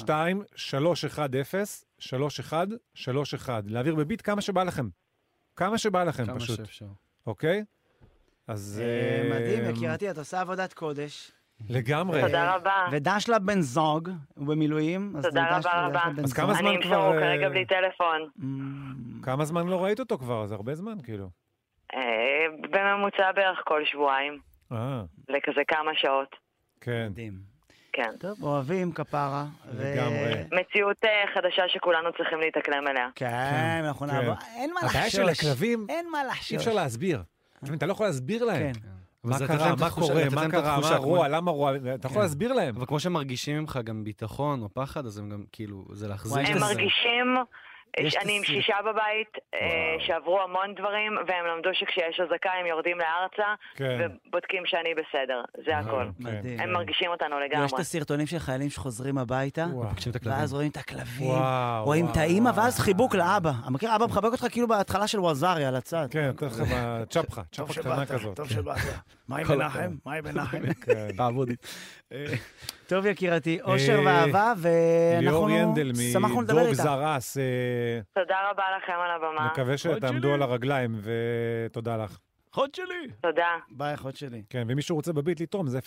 052-310-31-31. להעביר בביט כמה שבא לכם. כמה שבא לכם פשוט. כמה שאפשר. אוקיי? אז... מדהים, יקירתי, את עושה עבודת קודש. לגמרי. תודה רבה. ודש לה בן זוג, הוא במילואים. תודה רבה. אז כמה זמן כבר... אני אמסור כרגע בלי טלפון. כמה זמן לא ראית אותו כבר? זה הרבה זמן, כאילו. בממוצע בערך כל שבועיים. לכזה כמה שעות. כן. מדהים. כן. טוב, אוהבים כפרה. לגמרי. מציאות חדשה שכולנו צריכים להתאקלם אליה. כן, אנחנו נעבור. אין מה לחשוש. הבעיה של הכלבים, אין מה לחשוש. אי אפשר להסביר. אתה לא יכול להסביר להם. מה קרה, מה קורה, מה קרה, מה רוע, למה רוע, אתה יכול להסביר להם. אבל כמו שמרגישים ממך גם ביטחון או פחד, אז הם גם כאילו, זה להחזיק. הם מרגישים... אני עם 6 בבית שעברו המון דברים, והם למדו שכשיש הזקה הם יורדים לארצה ובודקים שאני בסדר, זה הכל. הם מרגישים אותנו לגמרי. יש את הסרטונים של חיילים שחוזרים הביתה, ואז רואים את הכלבים, רואים את האמא, ואז חיבוק לאבא. המכיר, אבא מחבק אותך כאילו בהתחלה של ווזרי על הצד. כן, תכף צ'פחה קטנה כזאת. טוב שבאת. מהי בנחם? בעבודית. טוב יקירתי, אושר ואהבה, ואנחנו שמחנו לדבר איתה. תודה רבה לכם על הבמה. מקווה שתעמדו על הרגליים, ותודה לך. חוד שלי. תודה. ביי, חוד שלי. כן, ומי שרוצה בביט לתרום, זה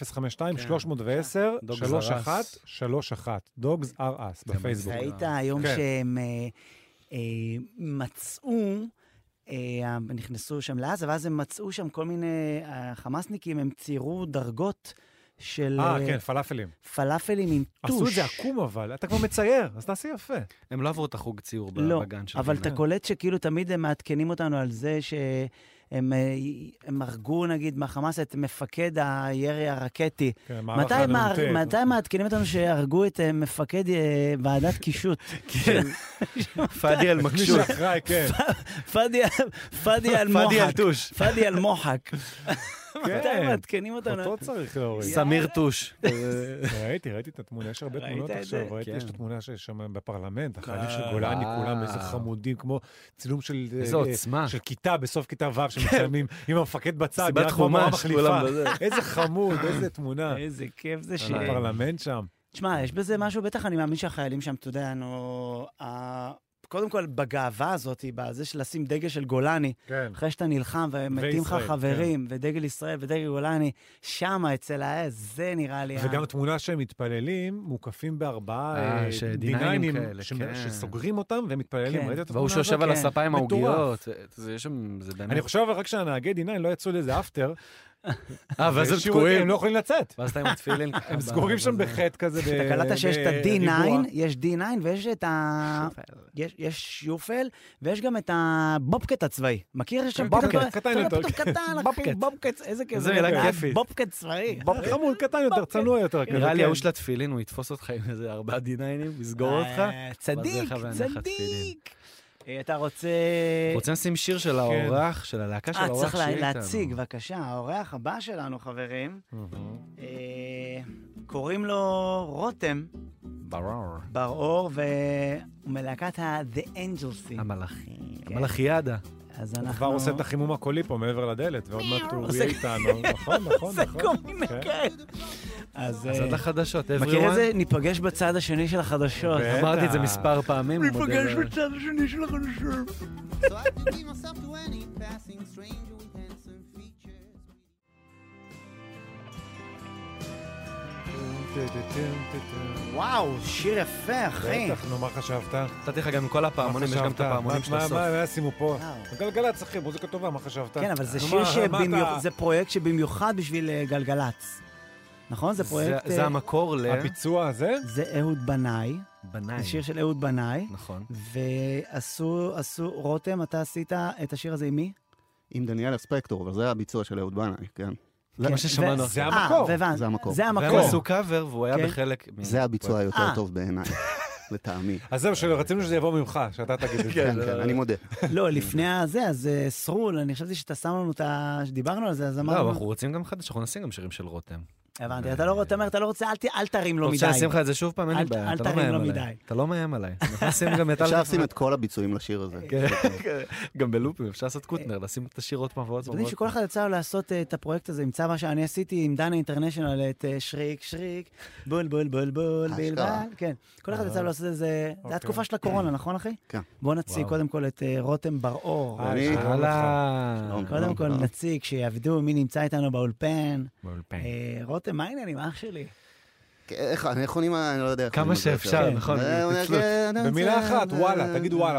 052-310-3131. דוגס אר אס, בפייסבוק. ראית היום שהם מצאו נכנסו שם לעזה, ואז הם מצאו שם כל מיני חמאסניקים, הם ציירו דרגות של... כן, פלאפלים. פלאפלים עם טוש. עשו את זה עקום אבל, אתה כבר מצייר, אז תעשי יפה. הם לא עברו את החוג ציור בגן שלהם. אבל אתה קולט שכאילו תמיד הם מעדכנים אותנו על זה שהם הרגו, נגיד, מהחמאס את מפקד הירי הרקטי. מתי מעדכנים אותנו שהרגו את מפקד ועדת קישוט? כן. פאדי אל-מקשוט. פאדי אל-מוחק. פאדי אל-מוחק. מתי מעדכנים אותנו? אותו צריך להוריד. סמיר טוש. ראיתי את התמונה, יש הרבה תמונות עכשיו, ראיתי את התמונה שיש שם בפרלמנט, החיילים של גולני, כולם איזה חמודים, כמו צילום של כיתה, בסוף כיתה ו' שמצלמים עם המפקד בצד, סיבת חומש, איזה חמוד, איזה תמונה. איזה כיף זה ש... הפרלמנט שם. תשמע, יש בזה משהו, בטח אני מאמין שהחיילים שם, אתה יודע, קודם כל, בגאווה הזאת, בזה של לשים דגל של גולני, אחרי שאתה נלחם ומתים לך חברים, ודגל ישראל ודגל גולני, שמה אצל העז, זה נראה לי... וגם תמונה שהם מתפללים, מוקפים בארבעה דיניינים, שסוגרים אותם והם מתפללים. והוא שיושב על הספה עם העוגיות. אני חושב רק שהנהגי דיניין לא יצאו לאיזה אפטר, ואז הם תקועים. הם לא יכולים לצאת. ואז אתה עם התפילין. הם סגורים שם בחטא כזה. אתה קלטת שיש את ה-D9, יש D9 ויש את ה... יש שיופל, ויש גם את הבובקט הצבאי. מכיר שם? בובקט, קטן יותר. בובקט, איזה כזה. זה מילה כיפית. בובקט צבאי. חמוד, קטן יותר, צנוע יותר. נראה לי ההוא של התפילין, הוא יתפוס אותך עם איזה 4 D9, יסגור אותך. צדיק. אתה רוצה לשים שיר של האורח, של הלהקה של האורח שלי איתנו. צריך להציג, בבקשה. האורח הבא שלנו, חברים, קוראים לו רותם. ברור, והוא מלהקת ה-The Angels. המלאכיאדה. הוא כבר עושה את החימום הקולי פה מעבר לדלת, ועוד מעט הוא יהיה איתנו. נכון. זה כל מיני כאלה. אז עד לחדשות, מכיר את זה? ניפגש בצד השני של החדשות. אמרתי את זה מספר פעמים. ניפגש בצד השני של החדשות. וואו, שיר יפה, אחי. בטח, נו, מה חשבת? נתתי לך גם מכל הפעמונים, יש גם את הפעמונים של הסוף. מה שימו פה? גלגלצ, אחי, מוזיקה טובה, מה חשבת? כן, אבל זה שיר זה פרויקט שבמיוחד בשביל גלגלצ. נכון? זה פרויקט... זה המקור הביצוע הזה? זה אהוד בנאי. זה שיר של אהוד בנאי. נכון. ועשו, רותם, אתה עשית את השיר הזה עם מי? עם דניאל ספקטור, אבל זה הביצוע של אהוד בנאי, כן. זה מה ששמענו. זה המקור. זה המקור. והם עשו קאבר, והוא היה בחלק... זה הביצוע היותר טוב בעיניי, לטעמי. אז זהו, רצינו שזה יבוא ממך, שאתה תגיד את זה. כן, אני מודה. לא, לפני הזה, אז סרול, אני חשבתי שאתה שם לנו את שדיברנו על זה, אז אמרנו... לא, אנחנו רוצים גם חדש, אנחנו נשים גם שירים של רותם. הבנתי, אתה לא רוצה, אל תרים לו מדי. רוצה לשים לך את זה שוב פעם, אין לי בעיה. אל תרים לו מדי. אתה לא מאיים עליי. אפשר לשים את כל הביצועים לשיר הזה. גם בלופים, אפשר לעשות קוטנר, לשים את השיר עוד פעם ועוד פעם. יודעים שכל אחד יצא לו לעשות את הפרויקט הזה, עם צבא שאני עשיתי עם דנה אינטרנשיונל, את שריק, בול, בול, בול, בול, בלבל. כן, כל אחד יצא לו לעשות את זה. זה התקופה של הקורונה, נכון אחי? כן. בוא נציג קודם כל את רותם בר-אור. קודם כל נציג, שיעבדו מי נמצא איתנו באולפן. רותם, מה העניינים, אח שלי? איך אני לא יודע. כמה שאפשר, נכון. במילה אחת, וואלה, תגיד וואלה.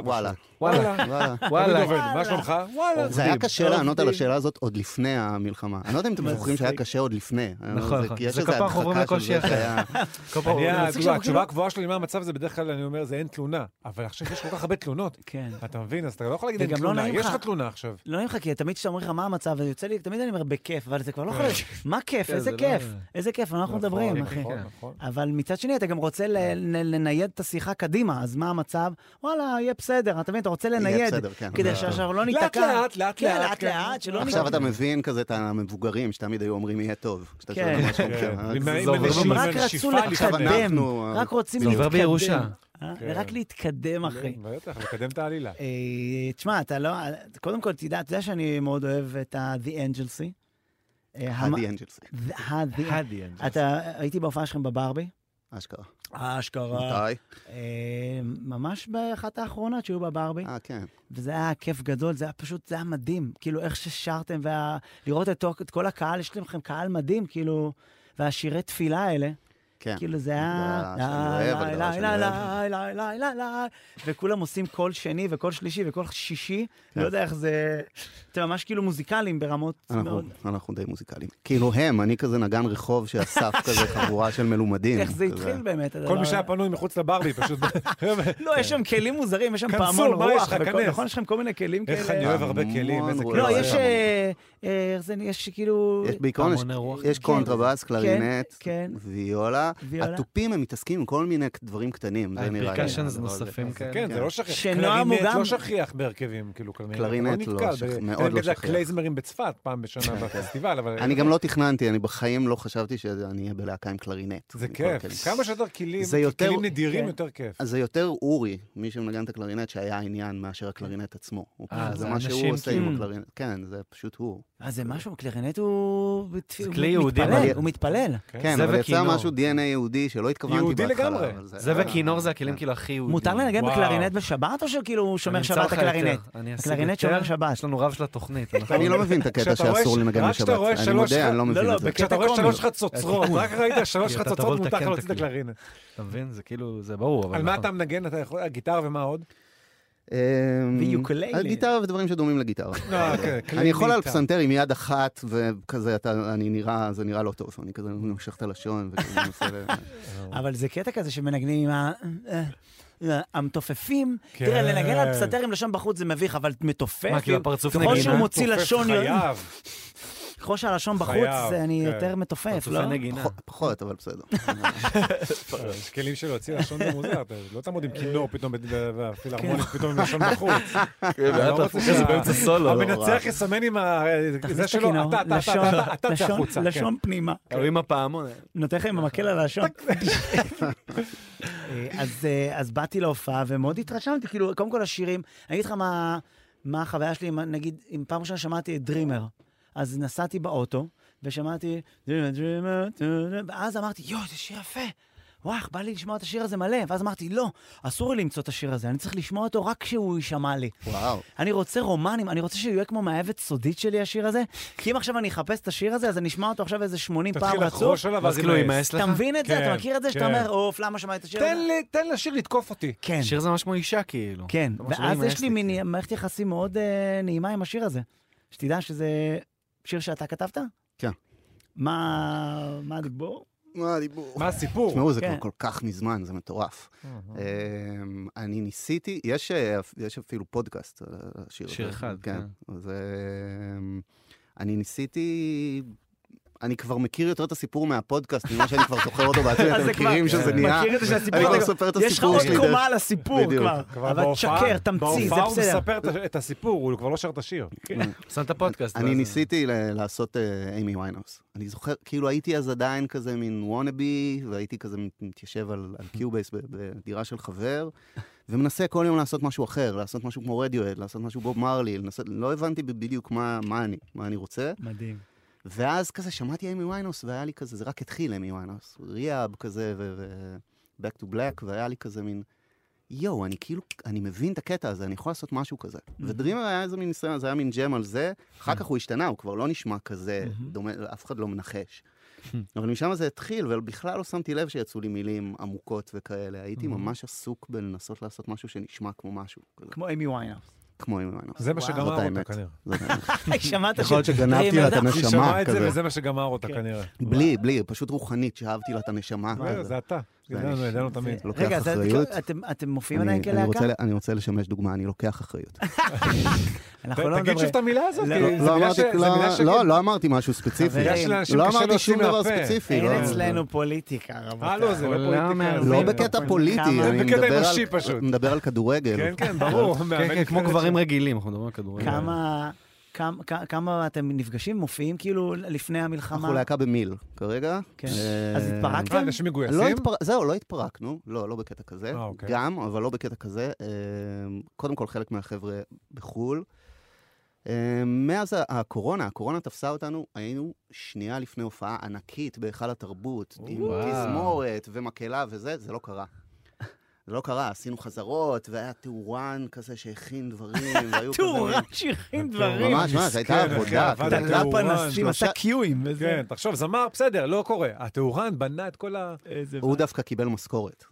וואלה. מה שלומך? וואלה. זה היה קשה לענות על השאלה הזאת עוד לפני המלחמה. אני לא יודע אם אתם זוכרים שהיה קשה עוד לפני. נכון. זה כל פעם חוברים לקושי אחר. התשובה הקבועה שלי מה המצב זה בדרך כלל אני אומר זה אין תלונה. אבל עכשיו יש כל כך הרבה תלונות. אתה מבין? אז אתה לא יכול להגיד אין תלונה. יש לך תלונה עכשיו. לא נעים לך, כי תמיד שאתה אומר לך מה המצב, ויוצא לי, תמיד אני אומר בכיף, אבל זה כבר לא יכול להיות. מה כיף? איזה כיף? איזה כיף? אנחנו מדברים, אחי. אבל מצד שני, אתה גם רוצה לנייד את השיחה קדימה, אז מה המצב? וואלה, יהיה בסדר, אתה מבין, אתה רוצה לנייד, כדי שעכשיו לא ניתקע. לאט, שלא ניתקע. עכשיו אתה מבין כזה את המבוגרים, שתמיד היו אומרים יהיה טוב. כן. הם רק רצו להתקדם, רק רוצים להתקדם. רק להתקדם, אחי. בטח, לקדם את העלילה. תשמע, אתה לא... קודם כל, אתה יודע שאני מאוד אוהב את ה-The Angelsy. אתה הייתי בהופעה שלכם בברבי? אשכרה. מתי? ממש באחת האחרונות שהיו בברבי. כן. וזה היה כיף גדול, זה היה פשוט, זה היה מדהים. כאילו, איך ששרתם, לראות את כל הקהל, יש לכם קהל מדהים, כאילו, והשירי תפילה האלה. כאילו זה היה... וכולם עושים כל שני וכל שלישי וכל שישי, לא יודע איך זה... אתם ממש כאילו מוזיקליים ברמות מאוד... אנחנו די מוזיקליים. כאילו אני כזה נגן רחוב שאסף כזה חבורה של מלומדים. איך זה התחיל באמת? כל מי שהיה פנוי מחוץ לברבי, פשוט... לא, יש שם כלים מוזרים, יש שם פעמון רוח, נכון, יש לכם כל מיני כלים כאלה. איך אני אוהב הרבה כלים, איזה כלים. לא, יש כאילו... בעיקרון יש קונטרבאס, קלרינט, ויולה. הטופים הם מתעסקים עם כל מיני דברים קטנים. פרקשנס נוספים כאלה. כן, זה לא שכיח. קלרינט לא שכיח בהרכבים, כאילו קלרינט לא מאוד לא שכיח. קלייזמרים בצפת פעם בשנה בפסטיבל, אבל... אני גם לא תכננתי, אני בחיים לא חשבתי שאני אהיה בלהקה עם קלרינט. זה כיף. כמה שיותר כלים נדירים יותר כיף. אז זה יותר אורי, מי שמנגן את הקלרינט, שהיה העניין מאשר הקלרינט עצמו. זה מה שהוא עושה עם הקלרינט. כן, זה פשוט הוא. זה משהו, קלרינט הוא... זה כלי יהודי. הוא מתפלל. כן, אבל יצא משהו DNA יהודי שלא התכוונתי בהתחלה. זה וכינור זה הכלים כאילו הכי יהודי. מותר לנגן בקלרינט בשבת או שכאילו הוא שומר שבת הקלרינט? הקלרינט שומר שבת. יש לנו רב של התוכנית. אני לא מבין את הקטע שאסור לנגן בשבת. אני מודה, אני לא מבין את זה. כשאתה רואה 3 חצוצרות, רק ראית 3 חצוצרות מותר לך להוציא את הקלרינט. אתה מבין? זה כאילו, זה ברור. על מה אתה מנגן? גיטרה ומה עוד? ויוקללי. גיטרה ודברים שדומים לגיטרה. אני יכול על פסנתר עם יד אחת, וכזה, זה נראה לא טוב. אני כזה נמשך את הלשון, וכזה נושא... אבל זה קטע כזה שמנגנים עם המתופפים. תראה, לנגן על פסנתר עם לשון בחוץ זה מביך, אבל מתופף. מה, כאילו פרצוף נגינה? ככל שהוא מוציא לשון... חייב. ככל שהלשון בחוץ, אני יותר מתופף, לא? פחות, אבל בסדר. יש כלים שלו, הוציא לשון במוזר, לא תעמוד עם כינור פתאום, והפילהרמונית פתאום עם לשון בחוץ. זה באמצע סולו. המנצח יסמן עם זה שלו, אתה תצא החוצה. לשון פנימה. עם הפעמון. נותן לך עם המקל על הלשון. אז באתי להופעה, ומאוד התרשמתי, כאילו, קודם כל השירים, אני אגיד לך מה החוויה שלי, נגיד, אם פעם ראשונה שמעתי את דרימר, אז נסעתי באוטו, ושמעתי, ואז אמרתי, זה שיר יפה. וואח, בא לי לשמוע את השיר הזה מלא. ואז אמרתי, לא, אסור לי למצוא את השיר הזה. אני צריך לשמוע אותו רק כשהוא יישמע לי. וואו. אני רוצה רומנים, אני רוצה שהוא יהיה כמו מאהבת סודית שלי, השיר הזה. כי אם עכשיו אני אחפש את השיר הזה, אז אני אשמע אותו עכשיו איזה 80 פעם רצוף. אתה מבין את זה? אתה מכיר את זה? שאתה אומר, אוף, למה שמע את השיר הזה? תן לשיר לתקוף אותי. כן. שיר זה ממש כמו אישה, כאילו. כן. ואז יש לי מין מערכת יחסים מאוד נעימה עם השיר הזה. שתדע שזה שיר שאתה כתבת? כן. מה הדיבור? מה הסיפור? תשמעו, זה כבר כל כך מזמן, זה מטורף. אני ניסיתי, יש אפילו פודקאסט על השיר. שיר אחד, כן. אני ניסיתי... אני כבר מכיר יותר את הסיפור מהפודקאסט, ממה שאני כבר זוכר אותו בעצמי, אתם מכירים שזה נהיה... אני כבר מספר את הסיפור שלי. יש לך עוד קומה על הסיפור כבר, אבל תשקר, תמציא, זה בסדר. בהופעה הוא מספר את הסיפור, הוא כבר לא שר את השיר. שם את הפודקאסט. אני ניסיתי לעשות אימי ויינהאוס. אני זוכר, כאילו הייתי אז עדיין כזה מין וונאבי, והייתי כזה מתיישב על קיובייס בדירה של חבר, ומנסה כל יום לעשות משהו אחר, לעשות משהו כמו רדיואד, לעשות משהו בוב מרלי, לא הבנתי בדיוק מה אני רוצה. מדהים. ואז כזה שמעתי אימי ויינהאוס, והיה לי כזה, זה רק התחיל אימי ויינהאוס, ריאב כזה, ו-Back to Black, והיה לי כזה מין, אני כאילו, אני מבין את הקטע הזה, אני יכול לעשות משהו כזה. ודרימר היה איזה מין ניסיון, זה היה מין ג'ם על זה, אחר כך הוא השתנה, הוא כבר לא נשמע כזה, דומה, אף אחד לא מנחש. אבל משם זה התחיל, ובכלל לא שמתי לב שיצאו לי מילים עמוקות וכאלה, הייתי ממש עסוק בלנסות לעשות משהו שנשמע כמו משהו. כמו אימי ויינהאוס. כמו אימי ויינהאוס. זה מה שגמר אותה כנראה. שמעת יכול להיות שגנבתי לה את הנשמה כזה. היא שמעה את זה וזה מה שגמר אותה כנראה. בלי, פשוט רוחנית, שאהבתי לה את הנשמה. זה אתה. ידענו תמיד. רגע, אתם מופיעים עדיין כלהקה? אני רוצה לשמש דוגמה, אני לוקח אחריות. תגיד שוב את המילה הזאת. לא אמרתי משהו ספציפי. לא אמרתי שום דבר ספציפי. אין אצלנו פוליטיקה, רבותיי. לא, זה לא פוליטיקה. לא בקטע פוליטי. זה בקטע אנושי פשוט. מדבר על כדורגל. כן, ברור. כמו גברים רגילים, אנחנו מדברים על כדורגל. כמה אתם נפגשים, מופיעים כאילו לפני המלחמה? אנחנו להקה במיל כרגע. כן. אז התפרקתם? אנשים מגויסים? זהו, לא התפרקנו. לא בקטע כזה. גם, אבל לא בקטע כזה. קודם כל חלק מהחבר'ה בחול. מאז הקורונה תפסה אותנו, היינו שנייה לפני הופעה ענקית בהיכל התרבות, עם תזמורת ומקהלה וזה, זה לא קרה. זה לא קרה, עשינו חזרות, והיה תאורן כזה שהכין דברים, והיו כזה... תאורן שהכין דברים. ממש, זה הייתה עבודה. דלה פנסים, עשה קיואים. כן, תחשוב, זמר, בסדר, לא קורה. התאורן בנה את כל ה... הוא דווקא קיבל משכורת.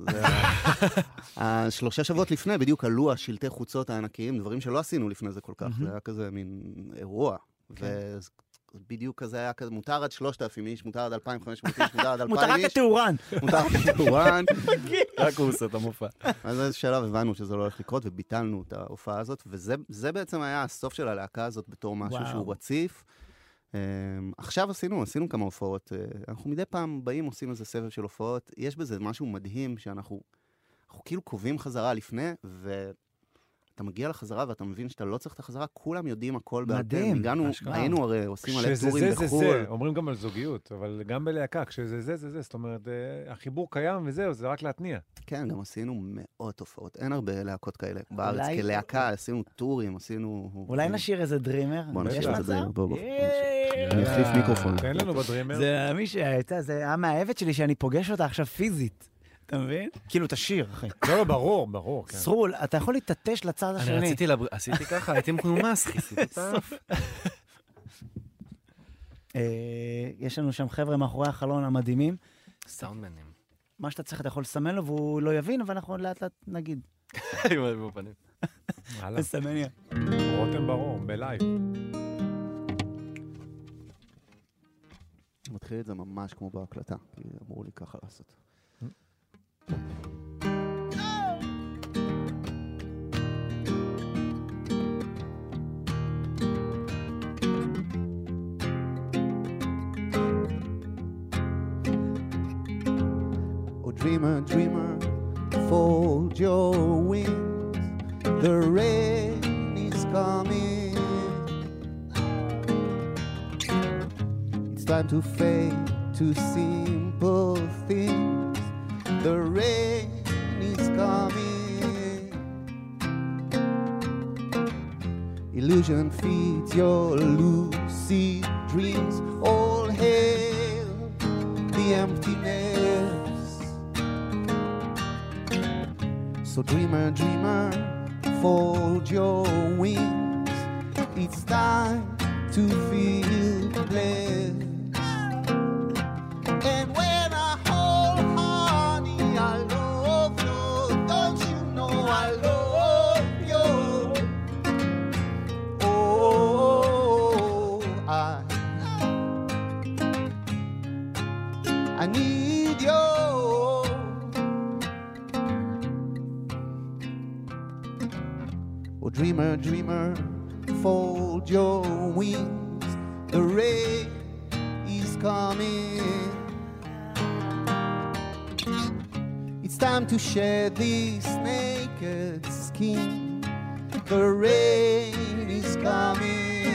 3 שבועות לפני, בדיוק עלו השלטי חוצות הענקיים, דברים שלא עשינו לפני זה כל כך. זה היה כזה מין אירוע. בדיוק כזה היה כזה, מותר עד 3,000 איש, מותר עד 2,500 איש, מותר עד 2,000 איש. מותר רק התאורן. מותר רק התאורן. רק הוא עושה את המופע. אז איזה שלב הבנו שזה לא הולך לקרות, וביטלנו את ההופעה הזאת, וזה בעצם היה הסוף של הלהקה הזאת בתור משהו שהוא רציף. עכשיו עשינו כמה הופעות. אנחנו מדי פעם באים, עושים איזה סבב של הופעות. יש בזה משהו מדהים שאנחנו כאילו קובעים חזרה לפני, אתה מגיע לחזרה ואתה מבין שאתה לא צריך את החזרה, כולם יודעים הכל בעל פה. היינו הרי עושים עלי טורים בחול. אומרים גם על זוגיות, אבל גם בלהקה, כשזה זה, זאת אומרת, החיבור קיים וזהו, זה רק להתניע. כן, גם עשינו מאות הופעות, אין הרבה להקות כאלה. בארץ כלהקה, עשינו טורים, עשינו... אולי נשאיר איזה דרימר? בוא נשאיר איזה דרימר, בוא. אני אחליף מיקרופון. תן לנו בדרימר. זה היה מהאהבת שלי שאני פוגש אותה עכשיו פיזית. אתה מבין? כאילו, תשאיר, אחי. לא, ברור. סרול, אתה יכול להתעטש לצד השני. אני עשיתי ככה, הייתי מנומס, עשיתי סוף. יש לנו שם חבר'ה מאחורי החלון המדהימים. סאונדמנים. מה שאתה צריך, אתה יכול לסמן לו, והוא לא יבין, אבל אנחנו לאט לאט נגיד. עם הפנים. לסמניה. רותם ברור, בלייב. מתחיל את זה ממש כמו בהקלטה, כי אמרו לי ככה לעשות. Dreamer, fold your wings, the rain is coming. It's time to fade to simple things, the rain is coming. Illusion feeds your lucid dreams, all hail the emptiness. So dreamer, fold your wings. It's time to feel blessed. And when I hold honey, I love you. Don't you know I love you? Oh, I need you. Oh, dreamer, fold your wings. The rain is coming. It's time to shed this naked skin. The rain is coming.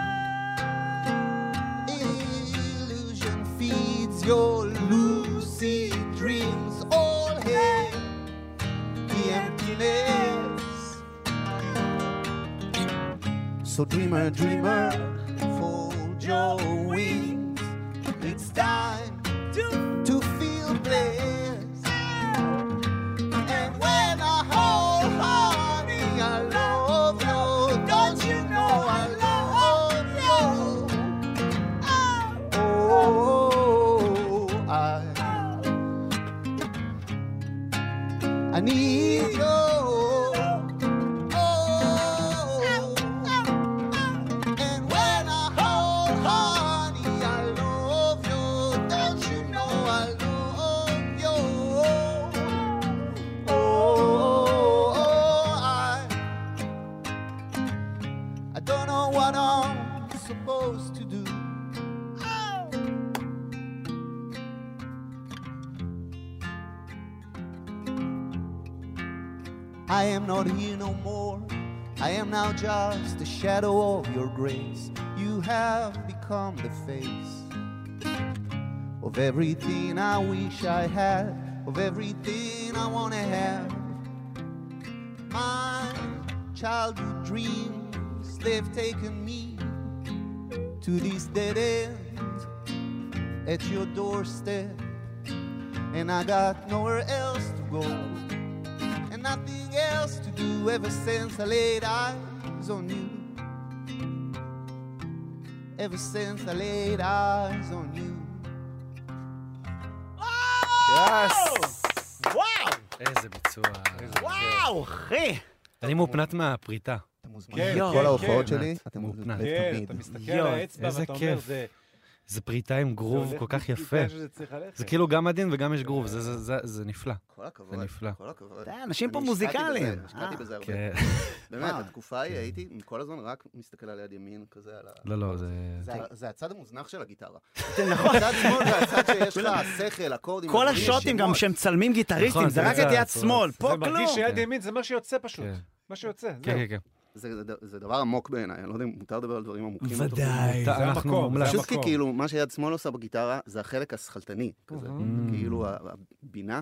Illusion feeds your lucid dreams. All hail the emptiness. So dreamer, fold your wings. It's time to feel blessed. And when I hold honey, I love you. Don't you know I love you? Oh, I need you. I am not here no more. I am now just a shadow of your grace. You have become the face of everything I wish I had, of everything I want to have. My childhood dreams, they've taken me to this dead end at your doorstep, and I got nowhere else to go. nothing else to do ever since I laid eyes on you. Ever since I laid eyes on you. וואו! איזה ביצוע. וואו, אחי! אני מופנת מהפריטה. כן, כל ההופעות שלי, אתם מופנת. כן, אתה מסתכל על האצבע ואתה אומר, זה פריטה עם גרוב כל כך יפה. זה כאילו גם עדין וגם יש גרוב, זה נפלא. כל הכבוד. זה נפלא. אנשים פה מוזיקליים. השקעתי בזה הרבה. באמת, התקופה היא, הייתי כל הזמן רק מסתכל על יד ימין כזה. לא, זה הצד המוזנח של הגיטרה. נכון. הצד שמאל זה הצד שיש לך שכל, אקורדים. כל השוטים גם שהם צלמים גיטריסטים, זה רק את יד שמאל, פה כלום. זה מרגיש שיד ימין, זה מה שיוצא פשוט. מה שיוצא, זהו. כן. זה דבר עמוק בעיניי, אני לא יודע אם מותר לדבר על דברים עמוקים. ודאי. זה המקום. פשוט כי כאילו, מה שיד שמאל עושה בגיטרה, זה החלק השכלתני, כזה. כאילו, הבינה,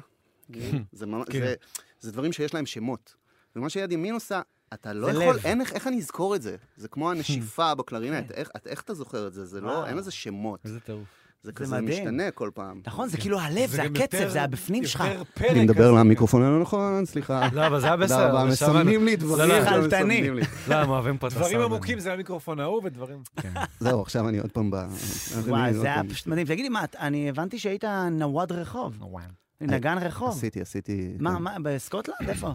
זה דברים שיש להם שמות. ומה שיד ימין עושה, אתה לא יכול, איך אני אזכור את זה? זה כמו הנשיפה בקלרינט, איך אתה זוכר את זה? זה לא, אין איזה שמות. איזה טירוף. זה כזה משתנה כל פעם. נכון, זה כאילו הלב, זה הקצב, זה הבפנים שלך. אני מדבר למיקרופון הלא נכון, סליחה. לא, אבל זה היה בסדר. מסמנים לי דברים. חלטני. לא, הם אוהבים פה את הסאונד. דברים עמוקים זה המיקרופון ההוא ודברים... זהו, עכשיו אני עוד פעם וואי, זה היה פשוט מדהים. תגידי, מה, אני הבנתי שהיית נווד רחוב. נגן רחוב. עשיתי. מה, בסקוטלנד? איפה?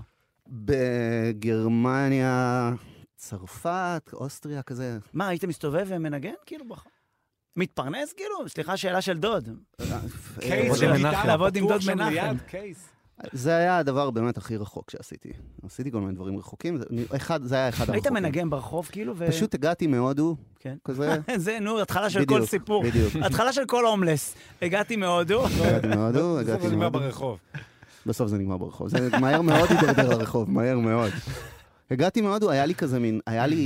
בגרמניה, צרפת, אוסטריה, כזה. מה, היית מסתובב ומנגן? כאילו מתפרנס כאילו? סליחה, שאלה של דוד. קייס של גיטרה, לעבוד עם דוד שם מנחם. ליד, קייס. זה היה הדבר באמת הכי רחוק שעשיתי. עשיתי כל מיני דברים רחוקים, זה היה אחד הרחוקים. היית מנגן ברחוב כאילו? פשוט הגעתי מהודו, כזה. זה, נו, התחלה של כל סיפור. בדיוק. התחלה של כל הומלס. הגעתי מהודו. בסוף זה נגמר ברחוב. בסוף זה נגמר ברחוב. זה מהר מאוד הידרדר לרחוב, מהר מאוד. הגעתי מהודו, היה לי כזה מין,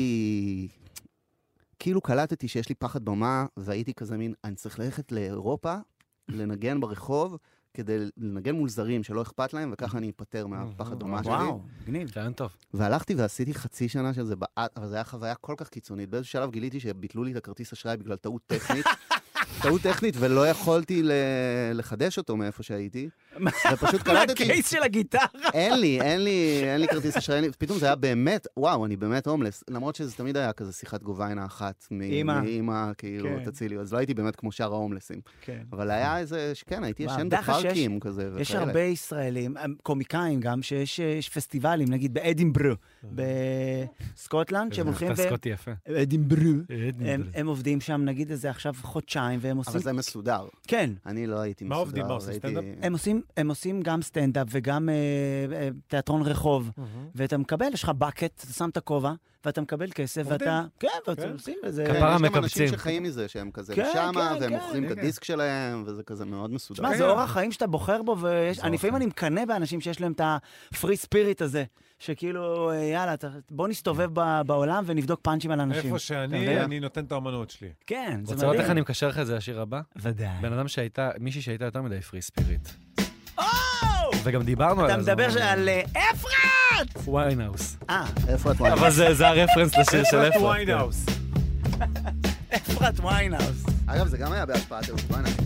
כאילו קלטתי שיש לי פחד במה, והייתי כזה מין, אני צריך ללכת לאירופה, לנגן ברחוב, כדי לנגן מול זרים שלא אכפת להם, וככה אני אפטר מהפחד במה שלי. וואו, גניב. שען טוב. והלכתי ועשיתי חצי שנה של זה, אבל זו הייתה חוויה כל כך קיצונית. באיזשהו שלב גיליתי שביטלו לי את הכרטיס אשראי בגלל טעות טכנית. טעות טכנית, ולא יכולתי לחדש אותו מאיפה שהייתי. ופשוט קלטתי... הקייס של הגיטרה. אין לי כרטיס אשראי. פתאום זה היה באמת, וואו, אני באמת הומלס. למרות שזה תמיד היה כזה שיחת גוביינה אחת מאמא, כאילו, תצילי. אז לא הייתי באמת כמו שאר ההומלסים. אבל היה איזה, כן, הייתי ישן בפארקים כזה. יש הרבה ישראלים, קומיקאים גם, שיש פסטיבלים, נגיד באדינברו, בסקוטלנד, שהם הולכים... סקוטי יפה. אדינברו. הם עובדים שם, נגיד איזה עכשיו חודשיים, והם עושים... אבל זה מסודר. כן. אני לא הייתי מסודר. מה עובדים? מה עושים סטנדאפ? הם עושים גם סטנדאפ וגם תיאטרון רחוב, ואתה מקבל, יש לך בקט, אתה שם את הכובע, ואתה מקבל כסף, ואתה... כן, ואתה עושים איזה... כפרה מקבצים. יש גם אנשים שחיים מזה, שהם כזה שמה, והם מוכרים את הדיסק שלהם, וזה כזה מאוד מסודר. תשמע, זה אורח חיים שאתה בוחר בו, ולפעמים אני מקנה באנשים שיש להם את הפרי ספיריט הזה, שכאילו, יאללה, בוא נסתובב בעולם ונבדוק פאנצ'ים על אנשים. איפה שאני, אני נותן את האמנות שלי. כן, זה מדהים. רוצה לראות איך אני מקשר לך את זה לשיר הבא? ודאי. בן אדם מישהי שהייתה יותר מדי פרי ספיריט. וגם דיברנו על זה. אתה מדבר על אפרת! ויינהאוס. אפרת ויינהאוס. אבל זה הרפרנס לשיר של אפרת. אפרת ויינהאוס. אפרת ויינהאוס. אגב, זה גם היה בהשפעת אפרת ויינהאוס.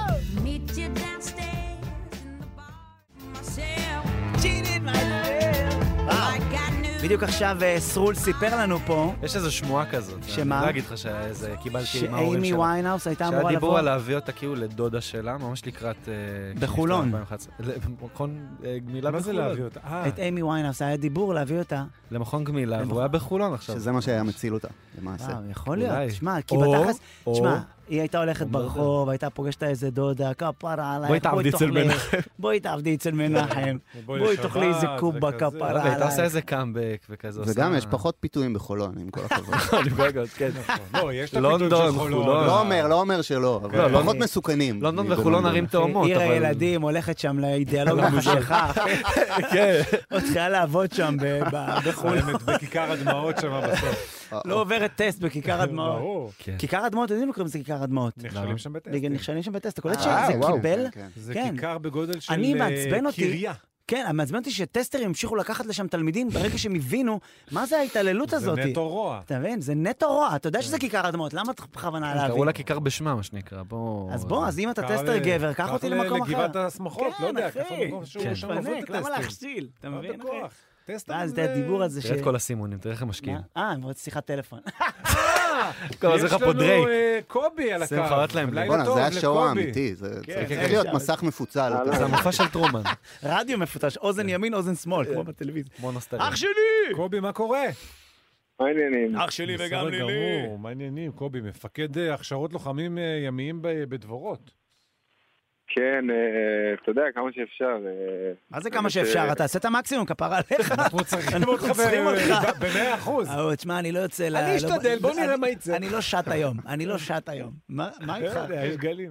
בדיוק עכשיו סרול סיפר לנו פה. יש איזו שמועה כזאת. שמה? אני לא אגיד לך שקיבלתי עם ההורים שלה. שאימי ויינהאוס הייתה אמורה לבוא. שהיה דיבור על להביא אותה כאילו לדודה שלה, ממש לקראת... בחולון. מכון גמילה בחולון. מה זה להביא אותה? את אימי ויינהאוס היה דיבור להביא אותה. למכון גמילה, והוא היה בחולון עכשיו. שזה מה שהיה מציל אותה, למעשה. יכול להיות. תשמע, כי בתכלס... תשמע, היא הייתה הולכת ברחוב, הייתה פוגשת איזה דודה, כפרה עלייך, בואי תעבדי אצל מנחם. בואי תעבדי אצל מנחם. בואי תאכלי איזה קובה כפרה עלייך. הייתה עושה איזה קאמבק וכזה. וגם יש פחות פיתויים בחולון, עם כל הכבוד. לא, יש את הפיתויים של חולון. לא אומר שלא, אבל פחות מסוכנים. לונדון וחולון ערים תאומות. עיר הילדים הולכת שם לאידיאלוג החשיכה. כן. התחילה לעבוד שם בחולון. בכיכר הדמעות שם בסוף. לא עוברת טסט בכיכר הדמעות. ברור. כיכר הדמעות, יודעים מה קוראים לזה כיכר הדמעות? נכשלים שם בטסט. נכשלים שם בטסט. אתה קולט שזה קיבל? זה כיכר בגודל של אני מעצבן אותי. קריה. כן, מעצבן אותי שטסטרים המשיכו לקחת לשם תלמידים ברגע שהם הבינו מה זה ההתעללות הזאת. זה נטו רוע. אתה מבין? זה נטו רוע. אתה יודע שזה כיכר אדמות, למה אתה בכוונה להבין? קראו לה כיכר בשמה, מה שנקרא. אז בוא, אז אם אתה טסטר גבר, קח אותי למקום אחר. לגבעת השמחות, לא יודע, כן, אחי, למה להכשיל? אתה מבין, אחי? ואז את הדיבור הזה תראה את כל הסימונים, תראה איך הם משקיעים. הם רואים שיחת טלפון. יש לנו קובי על הקו. זה השואו האמיתי, זה צריך להיות מסך מפוצל. זה המופע של טרומן. רדיו מפוצל, אוזן ימין, אוזן שמאל, כמו בטלוויזיה. מונוסטגיה. אח שלי! קובי, מה קורה? מה העניינים? אח שלי וגם לילי. מה העניינים, קובי? מפקד הכשרות לוחמים ימיים בדבורות. כן, אתה יודע, כמה שאפשר. מה זה כמה שאפשר? אתה עושה את המקסימום, כפרה עליך. אנחנו צריכים אותך ב100%. תשמע, אני לא יוצא אני אשתדל, בוא נראה מה יצא. אני לא שט היום. מה איתך? יש גלים.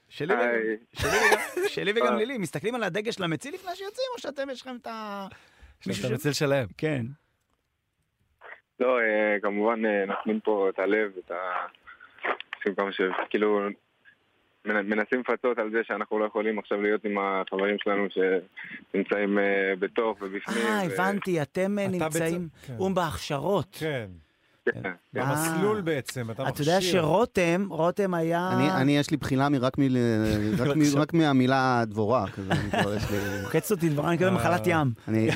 שלי וגם לילי, מסתכלים על הדגל של המציל לפני שיוצאים, או שאתם יש לכם את המציל שלהם? כן. לא, כמובן נותנים פה את הלב, את כמה כאילו מנסים לפצות על זה שאנחנו לא יכולים עכשיו להיות עם החברים שלנו שנמצאים בתוך ובפנים. הבנתי, אתם נמצאים בהכשרות. כן. במסלול בעצם, אתה מכשיר. אתה יודע רותם היה... אני יש לי בחילה רק מהמילה דבורה. קץ אותי דבורה, אני קורא מחלת ים.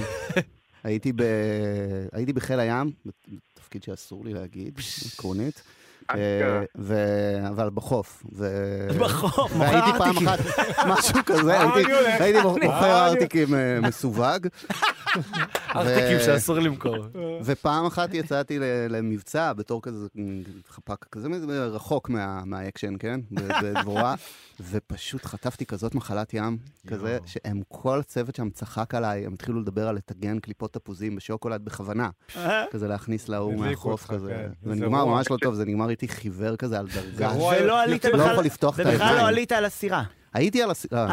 הייתי בחיל הים, בתפקיד שאסור לי להגיד, עקרונית. אבל בחוף. והייתי פעם אחת, משהו כזה, הייתי מוכר ארטיקים מסווג. ארטיקים שאסור למכור. ופעם אחת יצאתי למבצע, בתור כזה חפק, כזה רחוק מהאקשן, כן? בדבורה, ופשוט חטפתי כזאת מחלת ים, כזה, שהם כל הצוות שם צחק עליי, הם התחילו לדבר על לתגן קליפות תפוזים בשוקולד בכוונה, כזה להכניס להוא מהחוף כזה. זה נגמר ממש לא טוב, זה נגמר איתי חיוור כזה על דרגה. ולא עלית ובכלל לא עלית על הסירה. הייתי על הסירה.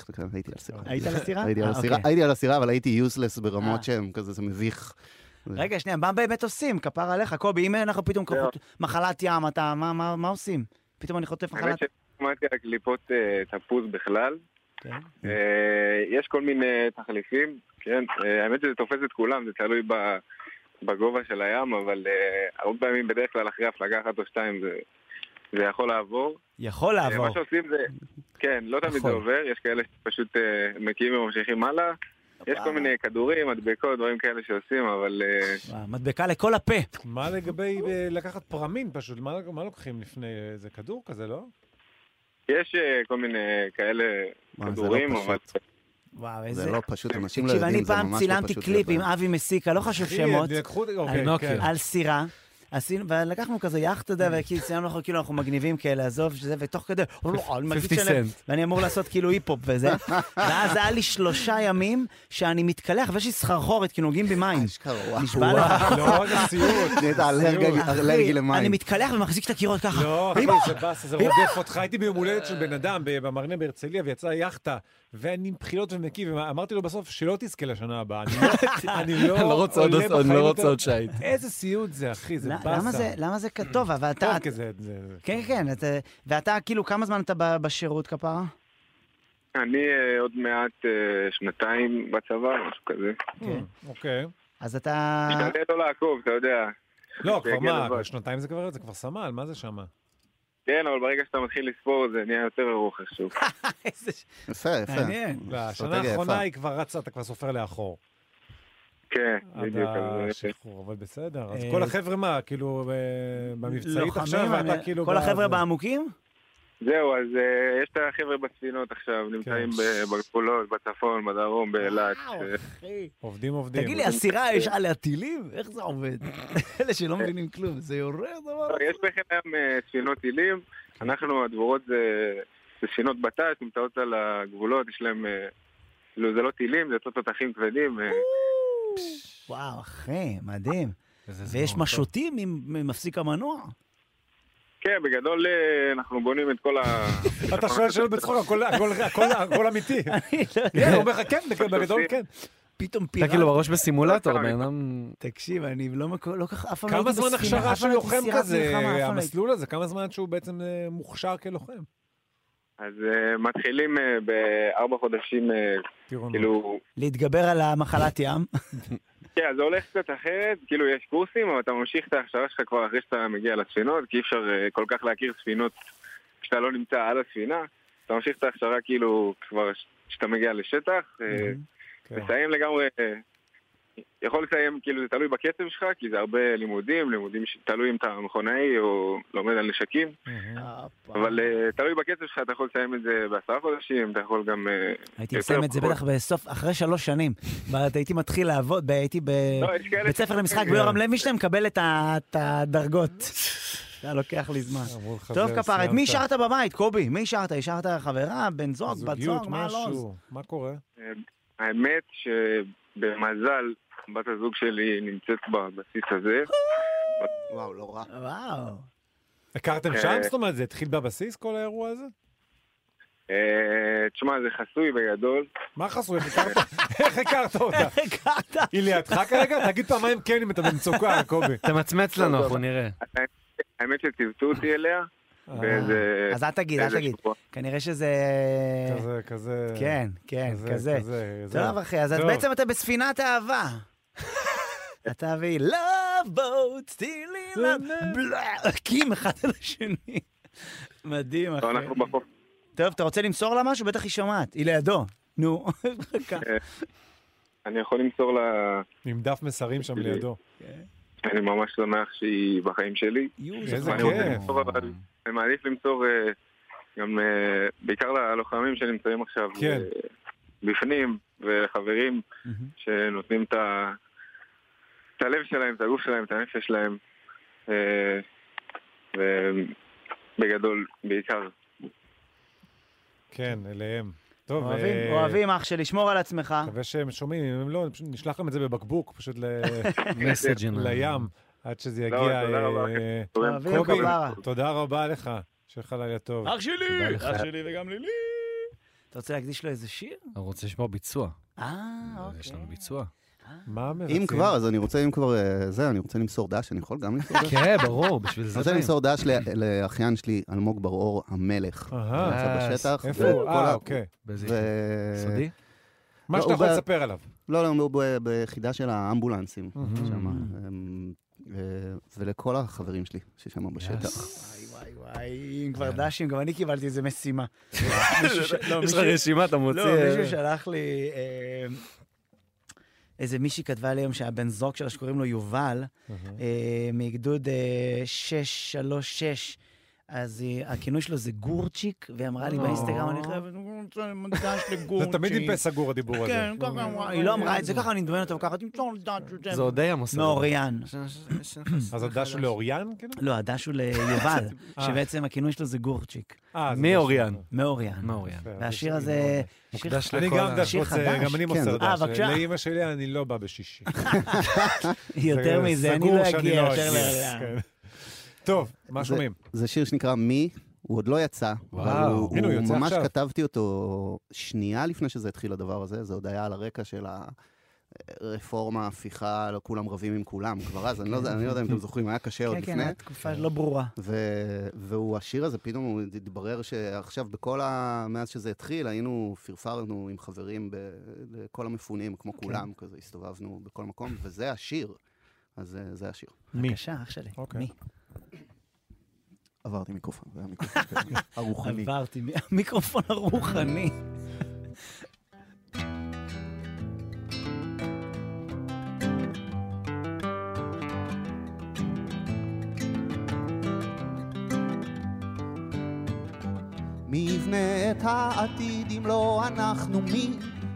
הייתי על הסירה, אבל הייתי יוסלס ברמות שהם כזה, זה מביך. רגע, שנייה, מה באמת עושים? כפר עליך, קובי, אם אנחנו פתאום מחלת ים, מה עושים? פתאום אני חוטף מחלת... האמת ששמעתי על קליפות תפוז בכלל. יש כל מיני תחליפים, כן? האמת שזה תופס את כולם, זה תלוי בגובה של הים, אבל הרבה פעמים בדרך כלל אחרי הפלגה אחת או שתיים זה יכול לעבור. יכול לעבור. מה שעושים זה, כן, לא תמיד זה עובר, יש כאלה שפשוט מקיאים וממשיכים הלאה. יש כל מיני כדורים, מדבקות, דברים כאלה שעושים, אבל... מדבקה לכל הפה. מה לגבי לקחת פרמין פשוט? מה לוקחים לפני איזה כדור כזה, לא? יש כל מיני כאלה כדורים, אבל... זה לא פשוט, אנשים לא יודעים, אני פעם צילמתי קליפ עם אבי מסיקה, לא חשוב שמות, על סירה. ולקחנו כזה יחט, אתה יודע, וכאילו אנחנו מגניבים כאלה, עזוב שזה, ותוך כדי, ואני אמור לעשות כאילו היפ-הופ וזה, ואז היה לי 3 ימים שאני מתקלח, ויש לי סחרחורת, כי נוגעים במים. נשבע לך. לא, זה סיוט. נהייתה אלרגי למים. אני מתקלח ומחזיק את הקירות ככה. לא, אחי, זה בסה, זה רודף אותך. הייתי ביום הולדת של בן אדם, במרינה בהרצליה, ויצאה יחטה, ואני בחילות ומקיא, ואמרתי לו בסוף שלא תזכה לשנה הבאה. אני לא רוצה עוד שייט. איזה סיוט זה, אחי, זה בסה. למה זה כתוב? טוב כזה. כן, כן. ואתה, כאילו, כמה זמן אתה בשירות, כפרה? אני עוד מעט 2 בצבא, משהו כזה. אוקיי. אז אתה... משתדל לא לעקוב, אתה יודע. לא, כבר מה? 2 זה כבר סמל, מה זה שמה? כן, אבל ברגע שאתה מתחיל לספור, זה נהיה יותר ארוך חשוב. יפה. והשנה האחרונה היא כבר רצה, אתה כבר סופר לאחור. כן, בדיוק. אבל בסדר. אז כל החבר'ה מה, כאילו, במבצעית עכשיו, ואתה כאילו... כל החבר'ה בעמוקים? זהו, אז יש את החבר'ה בספינות עכשיו, נמצאים בגבולות, בצפון, בדרום, באילת. עובדים. תגיד לי, הסירה יש עליה טילים? איך זה עובד? אלה שלא מבינים כלום, זה יורד דבר? יש בכם היום ספינות טילים, אנחנו, הדבורות זה ספינות בט"ש, נמצאות על הגבולות, יש להם, זה לא טילים, זה תותחים כבדים. וואו, אחי, מדהים. ויש משוטים עם מפסיק המנוע? כן, בגדול אנחנו בונים את כל ה... אתה שואל בצחוק, הכל אמיתי. הוא אומר לך, כן, בגדול כן. פתאום פיראט. אתה כאילו בראש בסימולטור, תקשיב, אני לא כך אף פעם לא כמה הייתי זמן הכשרה של לוחם כזה, המסלול הזה, כמה זמן שהוא בעצם מוכשר כלוחם? אז מתחילים ב4 חודשים, כאילו... להתגבר על המחלת ים. כן, זה הולך קצת אחרת, כאילו יש קורסים, אבל אתה ממשיך את ההכשרה שלך כבר אחרי שאתה מגיע לספינות, כי אי אפשר כל כך להכיר ספינות כשאתה לא נמצא על הספינה. אתה ממשיך את ההכשרה כאילו כבר כשאתה מגיע לשטח, מסיים לגמרי, יכול לסיים, כאילו זה תלוי בקצב שלך, כי זה הרבה לימודים שתלוי אם אתה מכונאי או לומד על נשקים, אבל תלוי בקצב שלך, אתה יכול לסיים את זה ב10 חודשים, אתה יכול גם... הייתי מסיים את זה בטח בסוף, אחרי 3 שנים, הייתי מתחיל לעבוד, הייתי בבית ספר למשחק ביורם לוינשטיין, מקבל את הדרגות. זה לוקח לי לי זמן. טוב כפרת, מי שרת בבית, קובי? מי שרת? השארת חברה, בן זוג, בת זוג, מה לא? מה קורה? האמת שבמזל בת הזוג שלי נמצאת בבסיס הזה. וואו, לא רע. וואו. הכרתם שם? זאת אומרת, זה התחיל בבסיס כל האירוע הזה? תשמע, זה חסוי בגדול. מה חסוי? איך הכרת אותה? היא לידך כרגע? תגיד פעמיים כן אם אתה במצוקה, קובי. אתה מצמץ לנו, אנחנו נראה. האמת שציוותו אותי אליה. אז אל תגיד. כנראה שזה... כזה. כן, כזה. טוב אחי, אז בעצם אתה בספינת אהבה. אתה והיא, love boat, still in love, קים אחד על השני. מדהים אחי. טוב, אתה רוצה למסור לה משהו? בטח היא שומעת. היא לידו. נו. אני יכול למסור לה... עם דף מסרים שם לידו. אני ממש שמח שהיא בחיים שלי. איזה כיף. אני מעדיף למסור גם בעיקר ללוחמים שנמצאים עכשיו בפנים ולחברים שנותנים את הלב שלהם, את הגוף שלהם, את הנפש שלהם, ובגדול בעיקר. כן, אליהם. אוהבים אח שלי, שמור על עצמך. מקווה שהם שומעים, אם לא, נשלח להם את זה בבקבוק, פשוט לים, עד שזה יגיע. קובי, תודה רבה לך, שיהיה לך לילה טוב. אח שלי וגם לילי. אתה רוצה להקדיש לו איזה שיר? אני רוצה לשמוע ביצוע. אוקיי. יש לנו ביצוע. מה מבצעים? אם כבר, אז אני רוצה למסור דש, אני יכול גם למסור דש? כן, ברור, בשביל זה. אני רוצה למסור דש לאחיין שלי, אלמוג בר-אור המלך. נמצא בשטח. איפה הוא? אוקיי. סודי? מה שאתה יכול לספר עליו. לא, הוא ביחידה של האמבולנסים. ולכל החברים שלי ששם בשטח. וואי, אם כבר דשים, גם אני קיבלתי איזה משימה. יש לך רשימה, אתה מוציא... לא, מישהו שלח לי... איזה מישהי כתבה לי היום שהבן זוג שלה שקוראים לו יובל, מגדוד 636, אז הכינוי שלו זה גורצ'יק, והיא אמרה לי באינסטגרם, אני חייבת מדש לגורצ'יק. זה תמיד עם פה סגור הדיבור הזה. כן, ככה, היא לא אמרה את זה, ככה אני מדמיין אותו, ככה, זה עוד די המוסר. מאוריאן. אז הדש הוא לאוריאן? לא, הדש הוא ליובל, שבעצם הכינוי שלו זה גורצ'יק. מאוריאן. מאוריאן. והשיר הזה... אני גם דש רוצה, גם אני מוסר דש. לאמא שלי אני לא בא בשישי. יותר מזה, אני לא אגיע יותר לאוריאן. טוב, מה שומעים? זה שיר שנקרא מי, הוא עוד לא יצא, אבל הוא ממש כתבתי אותו שנייה לפני שזה התחיל הדבר הזה, זה עוד היה על הרקע של הרפורמה, הפיכה, לא כולם רבים עם כולם, כבר אז, אני לא יודע אם אתם זוכרים, היה קשה עוד לפני. כן, כן, תקופה לא ברורה. והוא, השיר הזה, פתאום הוא התברר שעכשיו מאז שזה התחיל, פרפרנו עם חברים לכל המפונים, כמו כולם, כזה הסתובבנו בכל מקום, וזה השיר. אז זה השיר. בבקשה, אח שלי. מי? עברתי מיקרופון, זה המיקרופון הרוחני. עברתי, המיקרופון הרוחני. מי יבנה את העתיד אם לא אנחנו מי?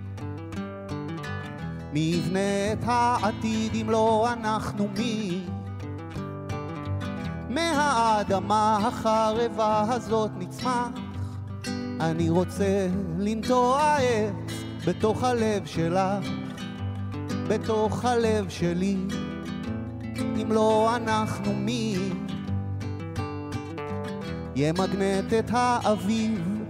מי יבנה את העתיד אם לא אנחנו מי? מהאדמה החרבה הזאת נצמח, אני רוצה לנטוע עץ בתוך הלב שלך, בתוך הלב שלי. אם לא אנחנו מי? ימגנט את האביב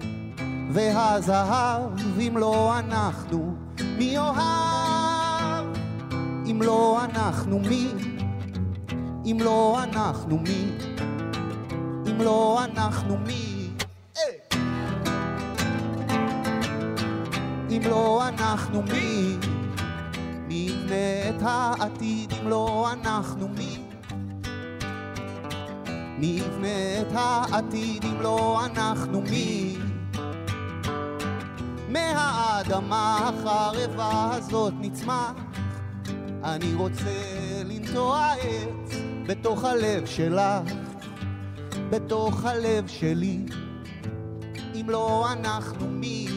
והזהב, אם לא אנחנו מי יאהב? אם לא אנחנו מי? אם לא אנחנו מי? אם לא אנחנו מי? אם לא אנחנו מי? מי יבנה את העתיד אם לא אנחנו מי? מי יבנה את העתיד אם לא אנחנו מי? מהאדמה החרבה הזאת נצמח, אני רוצה לנטוע עץ בתוך הלב שלך, בתוך הלב שלי. אם לא אנחנו מי?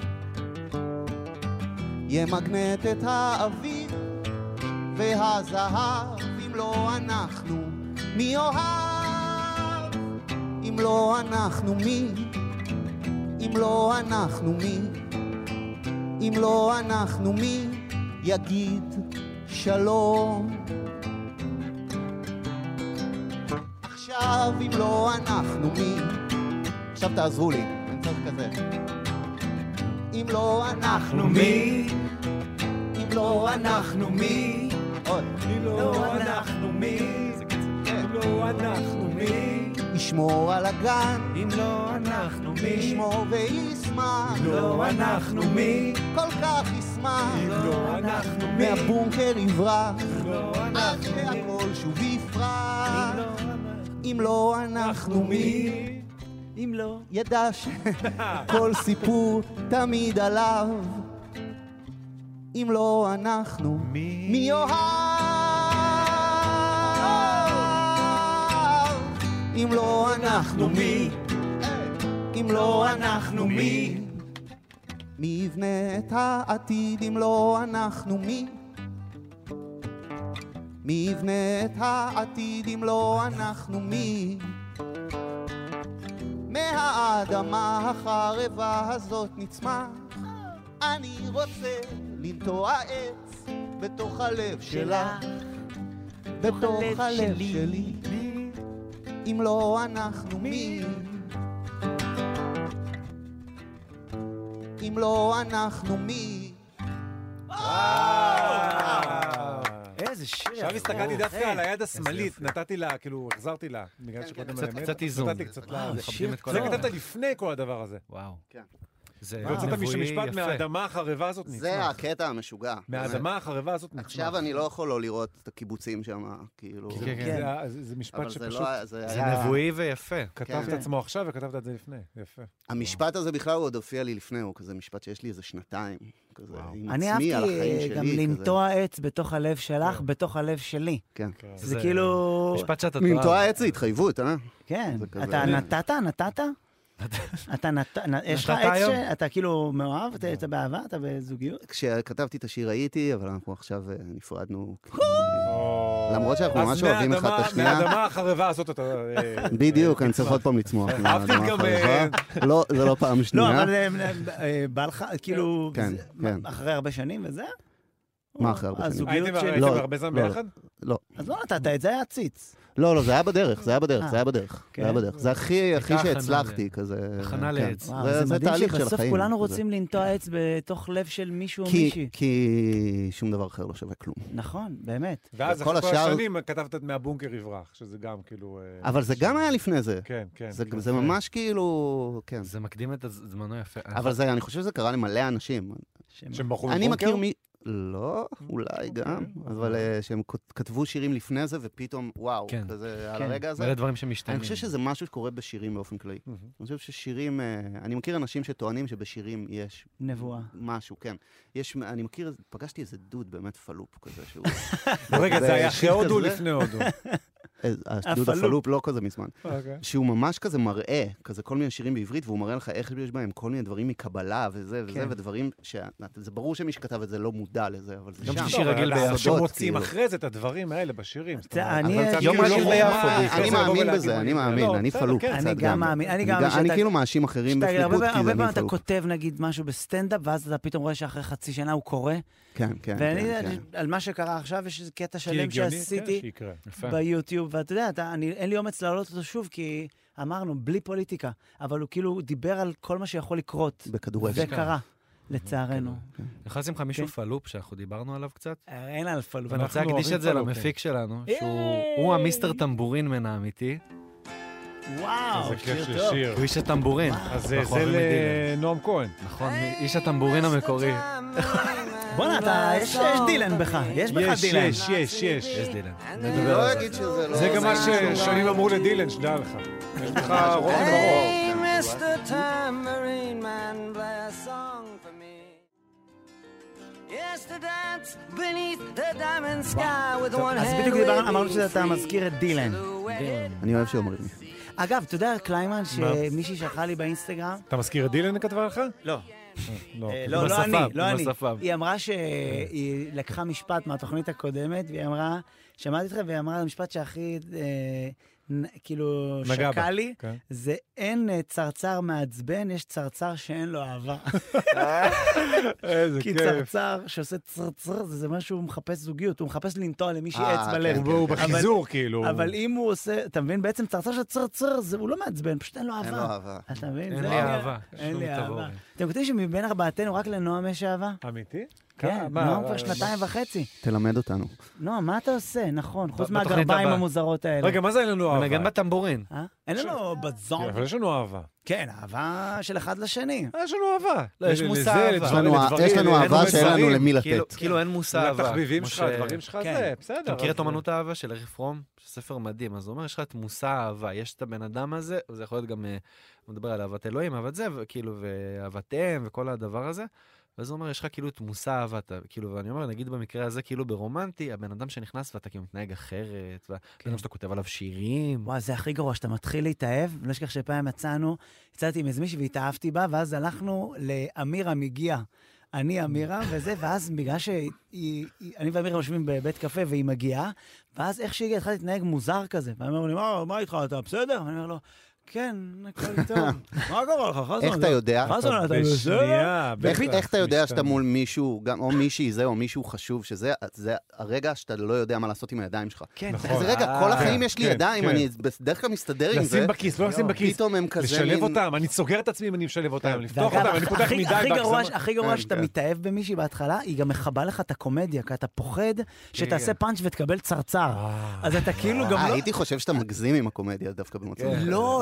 ימגנט את האוויר והזהב. אם לא אנחנו מי אוהב? אם לא אנחנו מי? אם לא אנחנו מי? אם לא אנחנו מי? יגיד שלום. עכשיו אם לא אנחנו מי? עכשיו תעזרו לי, אני צריך כזה. אם לא אנחנו מי? אם לא אנחנו מי? אם לא אנחנו מי? אם לא אנחנו מי? ישמור על הגן. אם לא אנחנו מי? ישמור וישמח. אם לא אנחנו מי? כל כך ישמח. אם לא אנחנו מי? מהבונקר יברח. עד שהכל שוב יפרח. אם לא אנחנו מי? אם לא ידע שכל סיפור תמיד עליו. אם לא אנחנו מי יאהב? אם לא אנחנו מי? אם לא אנחנו מי? מי יבנה את העתיד אם לא אנחנו מי? מי יבנה את העתיד אם לא אנחנו מי? מהאדמה החרבה הזאת נצמח, אני רוצה לנטוע עץ בתוך הלב שלך, בתוך הלב שלי. אם לא אנחנו מי? אם לא אנחנו מי? איזה שיר. עכשיו הסתכלתי דווקא על היד השמאלית, נתתי לה, כאילו, החזרתי לה. קצת איזון. נתתי קצת לה. זה כתבת לפני כל הדבר הזה. וואו. והוצאת משפט מהאדמה החרבה הזאת נצמח. זה הקטע המשוגע. מהאדמה החרבה הזאת נצמח. עכשיו אני לא יכול לא לראות את הקיבוצים שם, כאילו... זה משפט שפשוט... זה נבואי ויפה. כתב את עצמו עכשיו וכתבת את זה לפני. יפה. המשפט הזה בכלל הוא עוד הופיע לי לפני, הוא כזה משפט שיש לי איזה 2 כזה, עם אני עצמי על החיים אהבתי שלי. גם לנטוע עץ בתוך הלב שלך, בתוך הלב שלי. כן. זה כאילו... משפט שאתה תואר. לנטוע עץ זה התחייבות, אה? כן. אתה נתת? יש לך עץ שאתה כאילו מאוהב, אתה באהבה, אתה בזוגיות? כשכתבתי את השיר הייתי, אבל אנחנו עכשיו נפרדנו. למרות שאנחנו ממש אוהבים אחד את השנייה. מהאדמה החרבה הזאת אתה... בדיוק, אני צריך עוד פעם לצמוח. אהבתי גם... לא, זה לא פעם שנייה. לא, אבל בא לך, כאילו, אחרי הרבה שנים וזה? מה אחרי הרבה שנים? הייתם הרבה זמן ביחד? לא. אז לא נתת, את זה היה ציץ. לא, זה היה בדרך, זה היה בדרך. זה הכי שהצלחתי, כזה. הכנה לעץ. זה תהליך של החיים. בסוף כולנו רוצים לנטוע עץ בתוך לב של מישהו או מישהי. כי שום דבר אחר לא שווה כלום. נכון, באמת. ואז אחרי כל השנים כתבת מהבונקר יברח, שזה גם כאילו... אבל זה גם היה לפני זה. כן, כן. זה ממש כאילו... כן. זה מקדים את זמנו יפה. אבל אני חושב שזה קרה למלא אנשים. שהם בחרו בבונקר? לא, אולי גם, אבל שהם כתבו שירים לפני זה, ופתאום, וואו, כזה על הרגע הזה. אלה דברים שמשתנים. אני חושב שזה משהו שקורה בשירים באופן כללי. אני חושב ששירים, אני מכיר אנשים שטוענים שבשירים יש... נבואה. משהו, כן. אני מכיר, פגשתי איזה דוד באמת פלופ כזה, שהוא... רגע, זה היה אחרי הודו או לפני הודו? הדוד הפלופ לא כזה מזמן. שהוא ממש כזה מראה, כזה כל מיני שירים בעברית, והוא מראה לך איך יש בהם כל מיני דברים מקבלה וזה וזה, ודברים זה ברור שמי שכתב את זה לא מודע לזה, אבל זה שם. גם שיר רגיל ביפו. שמוצאים אחרי זה את הדברים האלה בשירים. אני מאמין בזה, אני מאמין, אני פלופ. אני גם מאמין. אני כאילו מאשים אחרים בפלופות, כי זה אני פלופ. הרבה פעמים אתה כותב נגיד משהו בסטנדאפ, ואז אתה פתאום רואה שאחרי חצי שנה הוא קורא. כן, כן. ואני, על מה שקרה עכשיו, יש איזה קטע שלם שעשיתי ביוטיוב, ואתה יודע, אין לי אומץ להעלות אותו שוב, כי אמרנו, בלי פוליטיקה, אבל הוא כאילו דיבר על כל מה שיכול לקרות. בכדורגל. זה קרה, לצערנו. אני יכול לשים לך מישהו פלופ, שאנחנו דיברנו עליו קצת? אין על פלופ. ואני רוצה להקדיש את זה למפיק שלנו, שהוא המיסטר טמבורין מן האמיתי. וואו, שיר טוב. הוא איש הטמבורין. אז זה לנועם כהן. נכון, איש הטמבורין המקורי. בוא'נה, יש דילן בך, יש בך דילן. יש דילן. אני לא אגיד שזה לא... זה גם מה ששנים אמרו לדילן, שדע לך. יש לך רוק ברור. אז בדיוק אמרנו שאתה מזכיר את דילן. אני אוהב שאומרים לי. אגב, אתה יודע, קליימן, שמישהי שלחה לי באינסטגרם... אתה מזכיר את דילן כתבה לך? לא. לא אני. היא אמרה שהיא לקחה משפט מהתוכנית הקודמת, והיא אמרה, שמעתי אתכם, והיא אמרה, המשפט שהכי כאילו שקע לי, זה אין צרצר מעצבן, יש צרצר שאין לו אהבה. איזה כיף. כי צרצר שעושה צרצר, זה מה שהוא מחפש זוגיות, הוא מחפש לנטוע למישהי עץ בלב. הוא בחיזור, כאילו. אבל אם הוא עושה, אתה מבין, בעצם צרצר של צרצר, הוא לא מעצבן, פשוט אין לו אהבה. אתה מבין? אין לי אהבה. אין לי אהבה. אתם כותבים שמבין ארבעתנו רק לנועם יש אהבה? אמיתי? כן, נועם כבר 2.5. תלמד אותנו. נועם, מה אתה עושה? נכון, חוץ מהגרביים המוזרות האלה. רגע, מה זה אין לנו אהבה? מנגן בטמבורין. אין לנו בזון. אבל יש לנו אהבה. כן, אהבה של אחד לשני. יש לנו אהבה. לא, יש מושא אהבה. יש לנו אהבה שאין לנו למי לתת. כאילו אין מושא אהבה. לתחביבים שלך, דברים שלך, זה בסדר. אתה מכיר את אומנות האהבה של אריך פרום? ספר מדהים. אז הוא אומר, יש לך את מושא האהבה. יש את הבן אדם הזה, וזה יכול להיות גם, הוא מדבר על אהבת אלוהים, אהבת זה, כאילו, ואהבת אם, וכל הדבר הזה. ואז הוא אומר, יש לך כאילו את מושא אהבה, כאילו, ואני אומר, נגיד במקרה הזה, כאילו ברומנטי, הבן אדם שנכנס ואתה כאילו מתנהג אחרת, והבן אדם שאתה כותב עליו שירים. וואי, זה הכי גרוע, שאתה מתחיל להתאהב, ולא שכח שפעם יצאתי עם איזה מישהי והתאהבתי בה, ואז הלכנו לאמירה מגיעה. אני אמירה וזה, ואז בגלל שאני ואמירה יושבים בבית קפה והיא מגיעה, ואז איך שהגיעה, התחלתי להתנהג מוזר כזה, ואני אומר לי, מה איתך, אתה בסדר? ואני אומר לו, כן, הכל טוב. מה קורה לך, חזון? איך אתה יודע? חזון, אתה בסדר? איך אתה יודע שאתה מול מישהו, או מישהי זה, או מישהו חשוב, שזה הרגע שאתה לא יודע מה לעשות עם הידיים שלך. כן. זה רגע, כל החיים יש לי ידיים, אני בדרך כלל מסתדר עם זה. לשים בכיס, לא לשים בכיס. פתאום הם כזה... לשלב אותם, אני סוגר את עצמי אם אני משלב אותם, לפתוח אותם, אני פותח מדי בהגזמה. הכי גרוע שאתה מתאהב במישהי בהתחלה, היא גם מחבה לך את הקומדיה, כי אתה פוחד שתעשה פאנץ' ותקבל צרצר. אז אתה כאילו גם לא... הייתי חושב שאתה מגזים עם הקומדיה דווקא במצב. לא,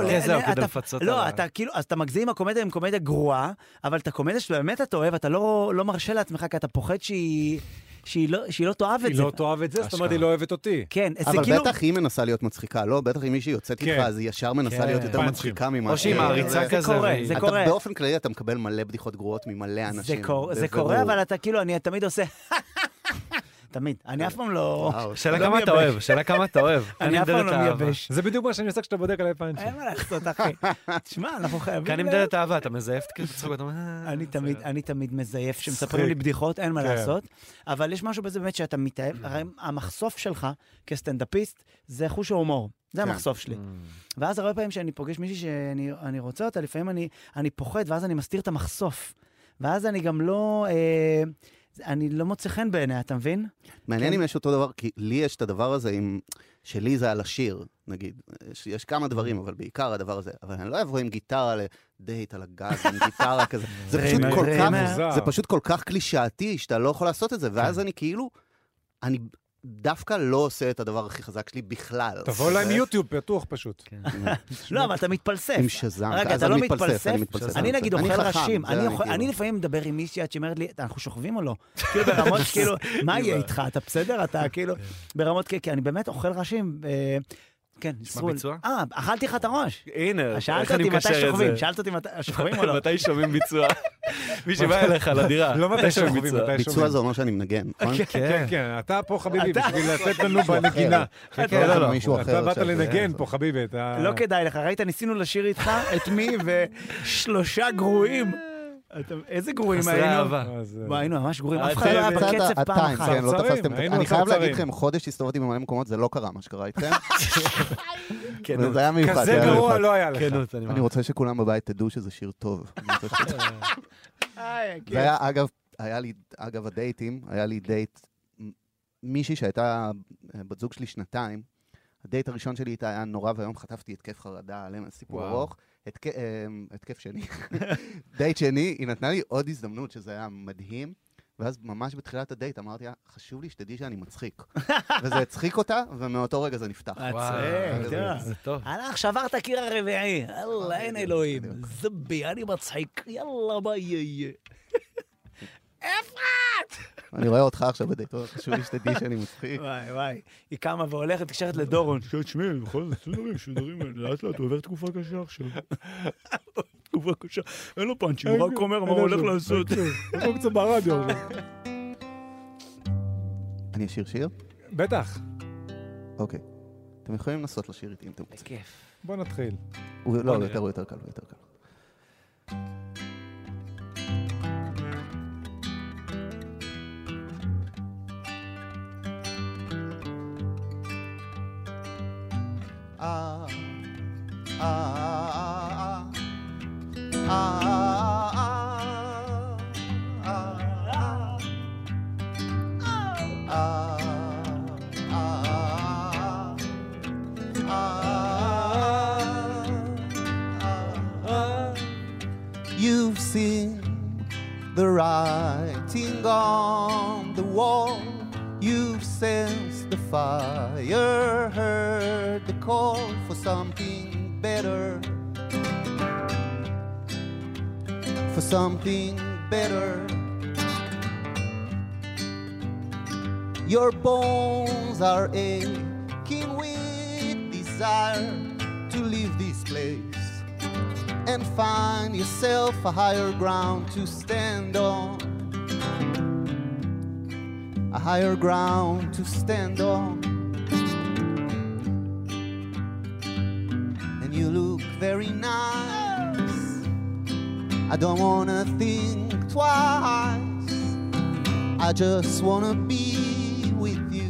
לא, אתה כאילו, אז אתה מגזים עם הקומדיה עם קומדיה גרועה, אבל את הקומדיה שבאמת אתה אוהב, אתה לא מרשה לעצמך, כי אתה פוחד שהיא לא תאהב את זה. היא לא תאהב את זה, זאת אומרת, היא לא אוהבת אותי. כן, אבל בטח היא מנסה להיות מצחיקה, לא? בטח אם מישהי יוצאת איתך, אז היא ישר מנסה להיות יותר מצחיקה ממה. או שהיא מעריצה כזה. זה קורה. באופן כללי אתה מקבל מלא בדיחות גרועות ממלא אנשים. זה קורה, אבל אתה כאילו, אני תמיד עושה... תמיד. אני אף פעם לא... שאלה כמה אתה אוהב, שאלה כמה אתה אוהב. אני אף פעם לא מייבש. זה בדיוק מה שאני עושה כשאתה בודק עליי פאנצ'ים. אין מה לעשות, אחי. תשמע, אנחנו חייבים... כאן נמדדת אהבה, אתה מזייף כאילו בצחוק, אתה אומר... אני תמיד מזייף, שמספרים לי בדיחות, אין מה לעשות. אבל יש משהו בזה באמת שאתה מתאהב, הרי המחשוף שלך כסטנדאפיסט, זה חוש ההומור. זה המחשוף שלי. ואז הרבה פעמים שאני פוגש מישהי שאני רוצה אותה, לפעמים אני פוחד, ואז אני מסתיר את המחשוף. ואז אני גם לא... אני לא מוצא חן בעיני, אתה מבין? מעניין אם יש אותו דבר, כי לי יש את הדבר הזה, שלי זה על השיר, נגיד. יש כמה דברים, אבל בעיקר הדבר הזה. אבל אני לא אבוא עם גיטרה לדייט על הגז, עם גיטרה כזה. זה פשוט כל כך קלישאתי, שאתה לא יכול לעשות את זה. ואז אני כאילו, אני דווקא לא עושה את הדבר הכי חזק שלי בכלל. תבוא אליי מיוטיוב, פתוח פשוט. לא, אבל אתה מתפלסף. עם שזם. רגע, אתה לא מתפלסף? אני נגיד אוכל ראשים. אני לפעמים מדבר עם מישהי עד שאומרת לי, אנחנו שוכבים או לא? כאילו ברמות, כאילו, מה יהיה איתך? אתה בסדר? אתה כאילו, ברמות, כי אני באמת אוכל ראשים. כן, נשמע ביצוע? אכלתי לך את הראש. הנה, איך אני מקשר את זה? שאלת אותי מתי שוכבים או לא? מתי שומעים ביצוע? מי שבא אליך לדירה. לא מתי שומעים ביצוע. ביצוע זה אומר שאני מנגן, נכון? כן, כן, אתה פה חביבי, בשביל לתת לנו בנגינה. אתה באת לנגן פה חביבי. לא כדאי לך, ראית, ניסינו לשיר איתך את מי ושלושה גרועים. איזה גרועים היינו? היינו ממש גרועים, אף אחד לא היה בקצב פעם אחת. אני חייב להגיד לכם, חודש הסתובבתי במלא מקומות, זה לא קרה מה שקרה איתכם. זה היה מיוחד. כזה גרוע לא היה לך. אני רוצה שכולם בבית תדעו שזה שיר טוב. אגב הדייטים, היה לי דייט, מישהי שהייתה בת זוג שלי 2, הדייט הראשון שלי איתה היה נורא, והיום חטפתי התקף חרדה, עליהם סיפור ארוך. התקף שני. דייט שני, היא נתנה לי עוד הזדמנות שזה היה מדהים, ואז ממש בתחילת הדייט אמרתי, חשוב לי שתדעי שאני מצחיק. וזה הצחיק אותה, ומאותו רגע זה נפתח. זה טוב. הלך, שברת קיר הרביעי. אללה, אין אלוהים. זבי, אני מצחיק. יאללה, מה יהיה? אפרת! אני רואה אותך עכשיו בדייטו, חשוב לי שתדעי שאני מצחיק. וואי. היא קמה והולכת, תקשרת לדורון. שמי, בכל זאת, שדרים, לאט לאט, הוא עובר תקופה קשה עכשיו. תקופה קשה. אין לו פאנצ'ים, הוא רק אומר מה הוא הולך לעשות. יש לו קצת ברדיו. אני אשיר שיר? בטח. אוקיי. אתם יכולים לנסות לשיר איתי אם אתם רוצים. בכיף. בוא נתחיל. לא, הוא יותר קל, הוא יותר קל. You've seen the writing on the wall. You've sensed the fire, heard the call for something better. For something better. Your bones are aching with desire to leave this place and find yourself a higher ground to stand on. A higher ground to stand on. And you look very nice. I don't wanna think twice. I just wanna be with you.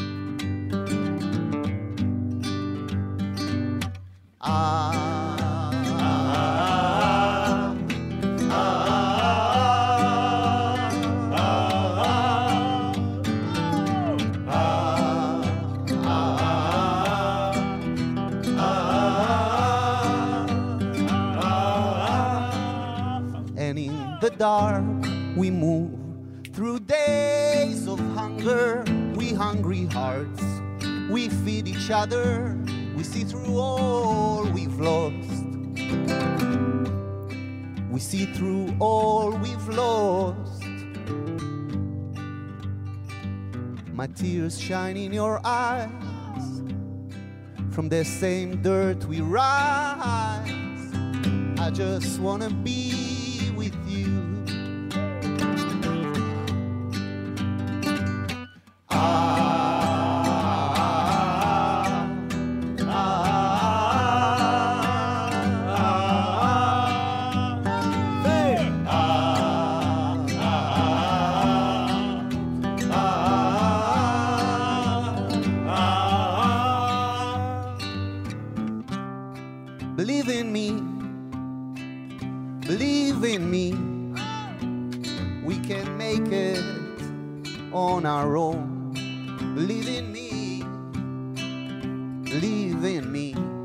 Dark, we move through days of hunger. We hungry hearts, we feed each other. We see through all we've lost. We see through all we've lost. My tears shine in your eyes. From the same dirt we rise. I just wanna be with you. Believe in me. Believe in me, we can make it on our own. Believe in me, believe in me.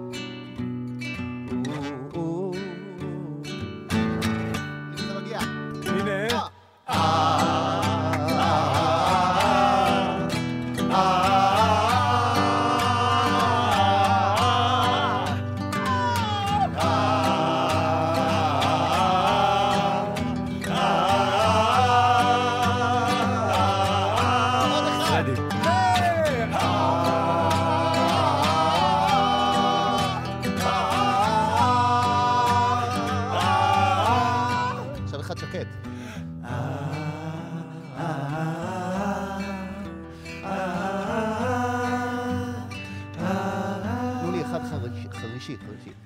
חרישית.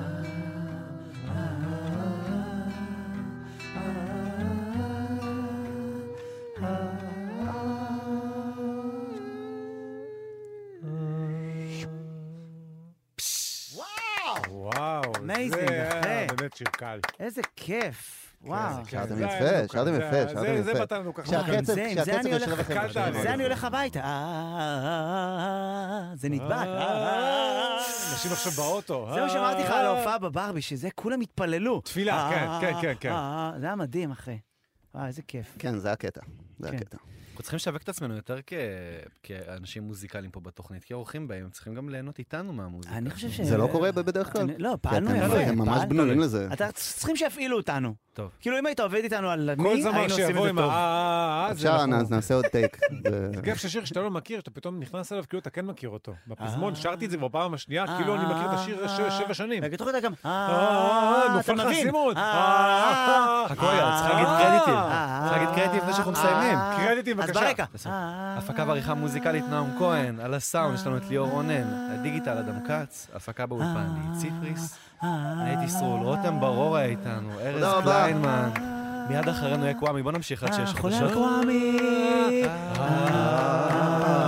וואו, זה היה באמת שיר קל. איזה כיף. וואו. שרתם יפה. זה מתנו ככה. זה אני הולך הביתה. זה נדבק. אנשים עכשיו באוטו. זה מה שאמרתי לך על ההופעה בברבי, שזה כולם התפללו. תפילה, כן. זה היה מדהים, אחי. איזה כיף. כן, זה הקטע. זה הקטע. אנחנו צריכים לשווק את עצמנו יותר כאנשים מוזיקליים פה בתוכנית, כי האורחים בהם, הם צריכים גם ליהנות איתנו מהמוזיקה. אני חושב ש... זה לא קורה בדרך כלל? לא, פעלנו יפה. אתם ממש בנויים לזה. אתה צריכים שיפעילו אותנו. טוב. כאילו, אם היית עובד איתנו על מי, היינו עושים את זה טוב. אפשר, נעשה עוד טייק. זה כיף ששיר שאתה לא מכיר, שאתה פתאום נכנס אליו, כאילו אתה כן מכיר אותו. בפזמון, שרתי את זה כבר פעם השנייה, כאילו אני מכיר את השיר 7 שנים. ותוך כדי גם, נופל לך סימון. חכויה, צריך להגיד קרדיטים. צריך להגיד קרדיטים לפני שאנחנו מסיימים. קרדיטים, בבקשה. הפקה ועריכה מוזיקלית נועם כהן, על הסאונד יש לנו את ליאור רונן, הדיגיטל אדם כץ, הפקה באולפן ציפריס, הייתי סרול, רותם ברורה איתנו, ארז קליינמן, מיד אחרינו יהיה קוואמי, בוא נמשיך עד שיש חדשות. חולה קוואמי.